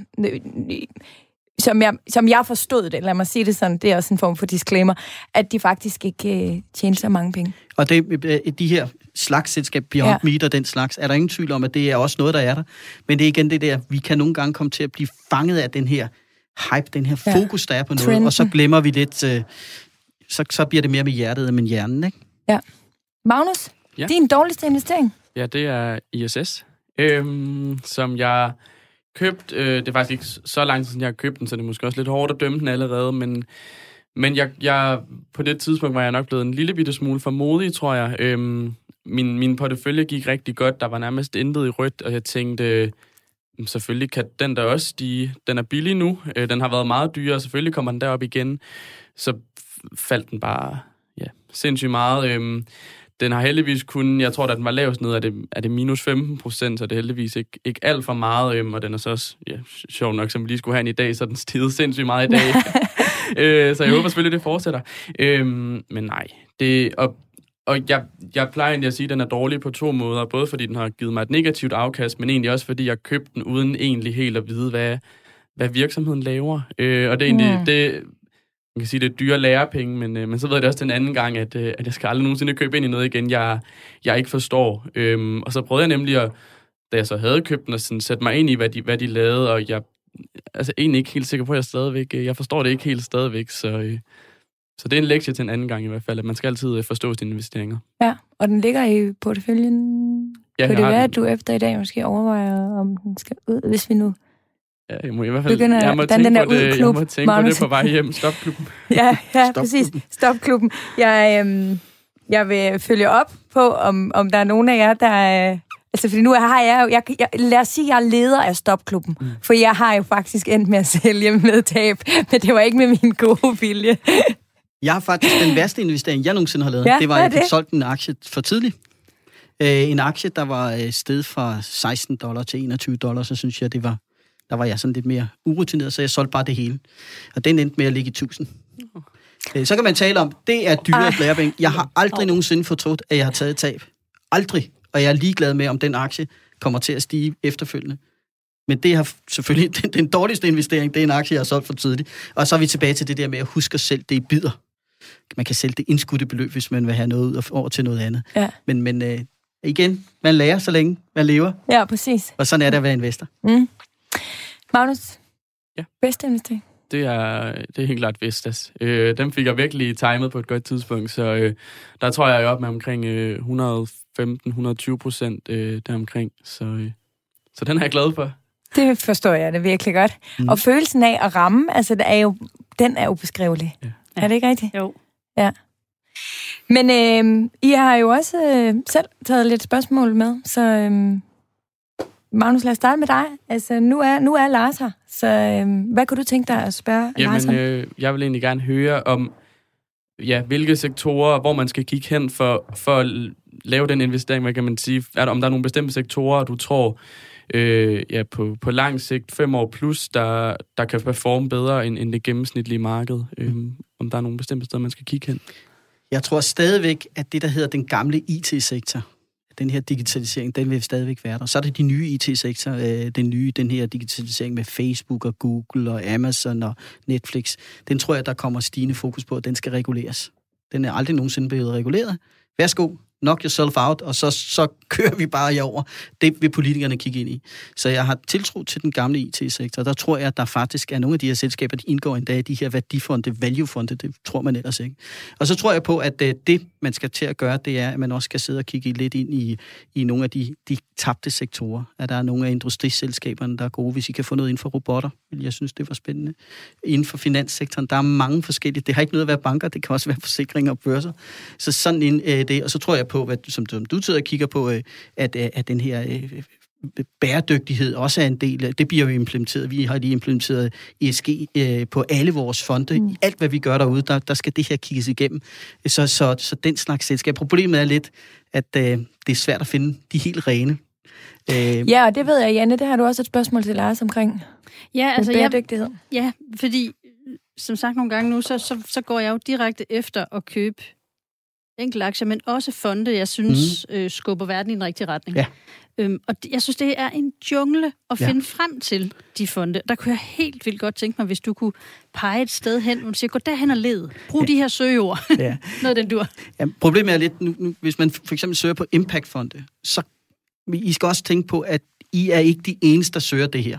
som jeg forstod det, lad mig sige det sådan, det er også en form for disclaimer, at de faktisk ikke tjener så mange penge. Og de her slags selskab, Beyond Meat og den slags, er der ingen tvivl om, at det er også noget, der er der. Men det er igen det der, vi kan nogle gange komme til at blive fanget af den her hype, den her fokus, der er på noget, trenden. Og så glemmer vi lidt, så bliver det mere med hjertet end med hjernen, ikke? Ja. Magnus, din dårligste investering? Ja, det er ISS, som jeg købt, det er faktisk ikke så lang tid siden, jeg har købt den, så det er måske også lidt hårdt at dømme den allerede, men jeg på det tidspunkt var jeg nok blevet en lille bitte smule for modig, tror jeg. Min portefølje gik rigtig godt, der var nærmest intet i rødt, og jeg tænkte, selvfølgelig kan den der også stige. Den er billig nu, den har været meget dyre, og selvfølgelig kommer den derop igen. Så faldt den bare sindssygt meget. Den har heldigvis kun, jeg tror, da den var lavest ned, er det minus 15%, så det er heldigvis ikke alt for meget, og den er så også, sjov nok, som vi lige skulle have en i dag, så den stiger sindssygt meget i dag. Så jeg håber selvfølgelig, det fortsætter. Men nej, og jeg plejer egentlig at sige, at den er dårlig på 2 måder, både fordi den har givet mig et negativt afkast, men egentlig også fordi jeg købte den uden egentlig helt at vide, hvad virksomheden laver. Og det er egentlig, man kan sige, det er dyre lærepenge, men så ved jeg det også den anden gang, at jeg skal aldrig nogensinde købe ind i noget igen, jeg ikke forstår. Og så prøvede jeg nemlig, da jeg så havde købt den, at sådan, sætte mig ind i, hvad de lavede, og jeg er egentlig ikke helt sikker på, at jeg forstår det ikke helt stadigvæk, så det er en lektie til en anden gang i hvert fald, at man skal altid forstå sine investeringer. Ja, og den ligger i porteføljen. Ja, kan det være, at du efter i dag måske overvejer, om den skal ud, hvis vi nu... Ja, jeg må i hvert fald tænke på det på vej hjem. Stopklubben. Ja, præcis. Stopklubben. Jeg jeg vil følge op på, om der er nogen af jer, der... Altså, fordi nu har jeg lad os sige, at jeg er leder af Stopklubben. For jeg har jo faktisk endt med at sælge med tab, men det var ikke med min gode vilje. Jeg har faktisk den værste investering, jeg nogensinde har lavet. Ja, det var, at jeg fik solgt en aktie for tidligt. En aktie, der var sted fra $16 til $21, så synes jeg, der var jeg sådan lidt mere urutineret, så jeg solgte bare det hele. Og den endte med at ligge i 1000. Så kan man tale om, det er dyre blærebænk. Jeg har aldrig nogensinde fortrudt, at jeg har taget tab. Aldrig. Og jeg er ligeglad med, om den aktie kommer til at stige efterfølgende. Men det har selvfølgelig den dårligste investering, det er en aktie, jeg har solgt for tidligt. Og så er vi tilbage til det der med at huske at sælge det i bidder. Man kan sælge det indskudte beløb, hvis man vil have noget ud over til noget andet. Ja. Men igen, man lærer, så længe man lever. Ja, præcis. Og sådan er det at være investor. Magnus? Ja. Bedste investering? Det er helt klart Vestas. Dem fik jeg virkelig timet på et godt tidspunkt, så der tror jeg op med omkring 115-120% deromkring. Så den er jeg glad for. Det forstår jeg det virkelig godt. Og følelsen af at ramme, altså den er ubeskrivelig. Ja. Er det ikke rigtigt? Jo. Ja. Men I har jo også selv taget lidt spørgsmål med, så Magnus, lad os starte med dig. Altså, nu er Lars her, så hvad kunne du tænke dig at spørge Lars om? Jeg vil egentlig gerne høre om, hvilke sektorer, hvor man skal kigge hen for at lave den investering, hvad kan man sige? Om der er nogle bestemte sektorer, du tror, på lang sigt, 5 år plus, der kan performe bedre end det gennemsnitlige marked. Om der er nogle bestemte steder, man skal kigge hen? Jeg tror stadigvæk, at det, der hedder den gamle IT-sektor, den her digitalisering, den vil stadigvæk være der. Så er det de nye IT-sektorer, den her digitalisering med Facebook og Google og Amazon og Netflix. Den tror jeg, der kommer stigende fokus på, at den skal reguleres. Den er aldrig nogensinde blevet reguleret. Værsgo, knock yourself out, og så kører vi bare herover. Det vil politikerne kigge ind i. Så jeg har tiltro til den gamle IT-sektor. Der tror jeg, at der faktisk er nogle af de her selskaber, der indgår endda i de her værdifonde, value-fonde. Det tror man ellers ikke. Og så tror jeg på, at det, man skal til at gøre, det er, at man også skal sidde og kigge lidt ind i nogle af de tabte sektorer. At der er nogle af industriselskaberne, der er gode. Hvis I kan få noget inden for robotter, jeg synes, det var spændende. Inden for finanssektoren, der er mange forskellige. Det har ikke noget at være banker, det kan også være forsikringer og børser. Så sådan en det, og så tror jeg på, som du sidder og kigger på, at den her bæredygtighed også er en del. Det bliver jo implementeret. Vi har lige implementeret ESG på alle vores fonde. I alt, hvad vi gør derude, der skal det her kigges igennem. Så den slags selskab. Problemet er lidt, at det er svært at finde de helt rene. Ja, og det ved jeg, Janne. Det har du også et spørgsmål til Lars omkring. Ja, altså bæredygtighed. Ja, fordi som sagt nogle gange nu, så går jeg jo direkte efter at købe enkelte aktier, men også fonde, jeg synes, skubber verden i en rigtig retning. Ja. Og jeg synes, det er en jungle at finde frem til de fonde. Der kunne jeg helt vildt godt tænke mig, hvis du kunne pege et sted hen, hvor man siger, gå derhen og led. Brug de her søgeord. Ja. Noget den dur. Ja, problemet er lidt, nu, hvis man for eksempel søger på impactfonde, så I skal også tænke på, at I er ikke de eneste, der søger det her.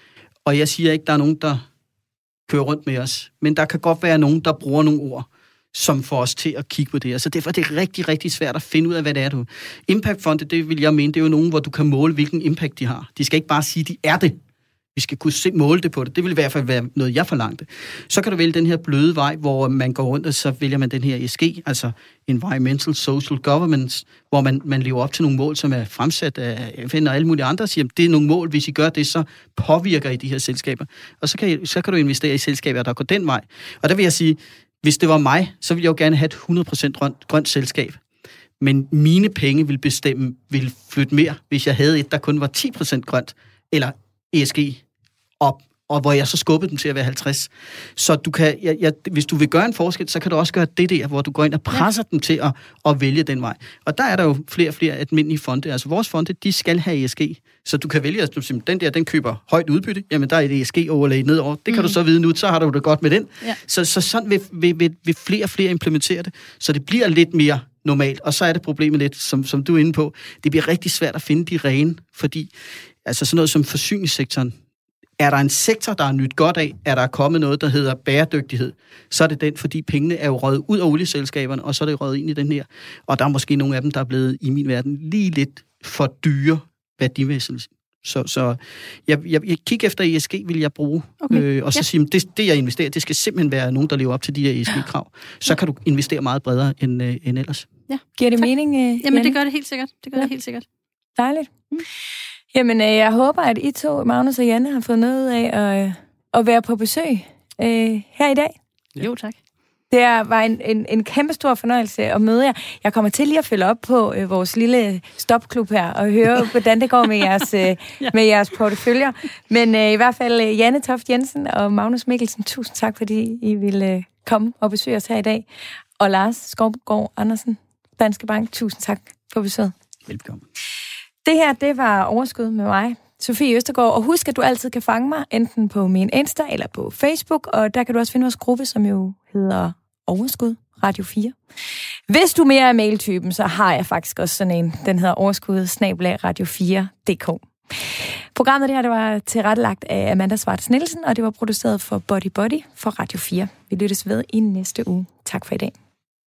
Og jeg siger ikke, der er nogen, der kører rundt med os, men der kan godt være nogen, der bruger nogle ord, som får os til at kigge på det. Så derfor er det rigtig, rigtig svært at finde ud af, hvad det er, du... Impactfonde, det vil jeg mene, det er jo nogen, hvor du kan måle, hvilken impact de har. De skal ikke bare sige, de er det. Vi skal kunne måle det på det. Det vil i hvert fald være noget, jeg forlangte. Så kan du vælge den her bløde vej, hvor man går rundt, og så vælger man den her ESG, altså Environmental Social Governance, hvor man lever op til nogle mål, som er fremsat af FN og alle mulige andre, og siger, det er nogle mål, hvis I gør det, så påvirker I de her selskaber. Og så kan du investere i selskaber, der går den vej. Og der vil jeg sige, hvis det var mig, så ville jeg jo gerne have et 100% grønt selskab. Men mine penge ville flytte mere, hvis jeg havde et, der kun var 10% grønt, eller ESG op, og hvor jeg så skubbede dem til at være 50. Så du kan, hvis du vil gøre en forskel, så kan du også gøre det der, hvor du går ind og presser dem til at vælge den vej. Og der er der jo flere og flere almindelige fonde. Altså vores fonde, de skal have ESG. Så du kan vælge, at den køber højt udbytte. Jamen, der er et ESG-overlay nedover. Det kan du så vide nu, så har du det godt med den. Ja. Så sådan vil flere og flere implementere det. Så det bliver lidt mere normalt. Og så er det problemet lidt, som du er inde på. Det bliver rigtig svært at finde de rene, fordi altså sådan noget som forsyningssektoren, er der en sektor, der er nyt godt af, er der kommet noget, der hedder bæredygtighed, så er det den, fordi pengene er jo røget ud af olieselskaberne, og så er det røget ind i den her. Og der er måske nogle af dem, der er blevet i min verden lige lidt for dyre værdimæssigt. Så jeg kigger efter ESG, vil jeg bruge. Okay. Og så sige, det jeg investerer, det skal simpelthen være nogen, der lever op til de her ESG-krav. Så kan du investere meget bredere end ellers. Ja. Giver det mening, Jamen, Janne? det gør det helt sikkert. Det helt sikkert. Dejligt. Jamen, jeg håber, at I to, Magnus og Janne, har fået noget ud af at være på besøg her i dag. Ja. Jo, tak. Det var en kæmpe stor fornøjelse at møde jer. Jeg kommer til lige at følge op på vores lille stopklub her og høre, hvordan det går med jeres porteføljer. Men i hvert fald Janne Toft Jensen og Magnus Mikkelsen, tusind tak, fordi I ville komme og besøge os her i dag. Og Lars Skovgaard Andersen, Danske Bank, tusind tak for besøget. Velkommen. Det her, det var Overskud med mig, Sofie Østergaard. Og husk, at du altid kan fange mig, enten på min Insta eller på Facebook. Og der kan du også finde vores gruppe, som jo hedder Overskud Radio 4. Hvis du mere er mailtypen, så har jeg faktisk også sådan en. Den hedder overskud@radio4.dk. Programmet det var tilrettelagt af Amanda Svarts Nielsen, og det var produceret for Body for Radio 4. Vi lyttes ved i næste uge. Tak for i dag.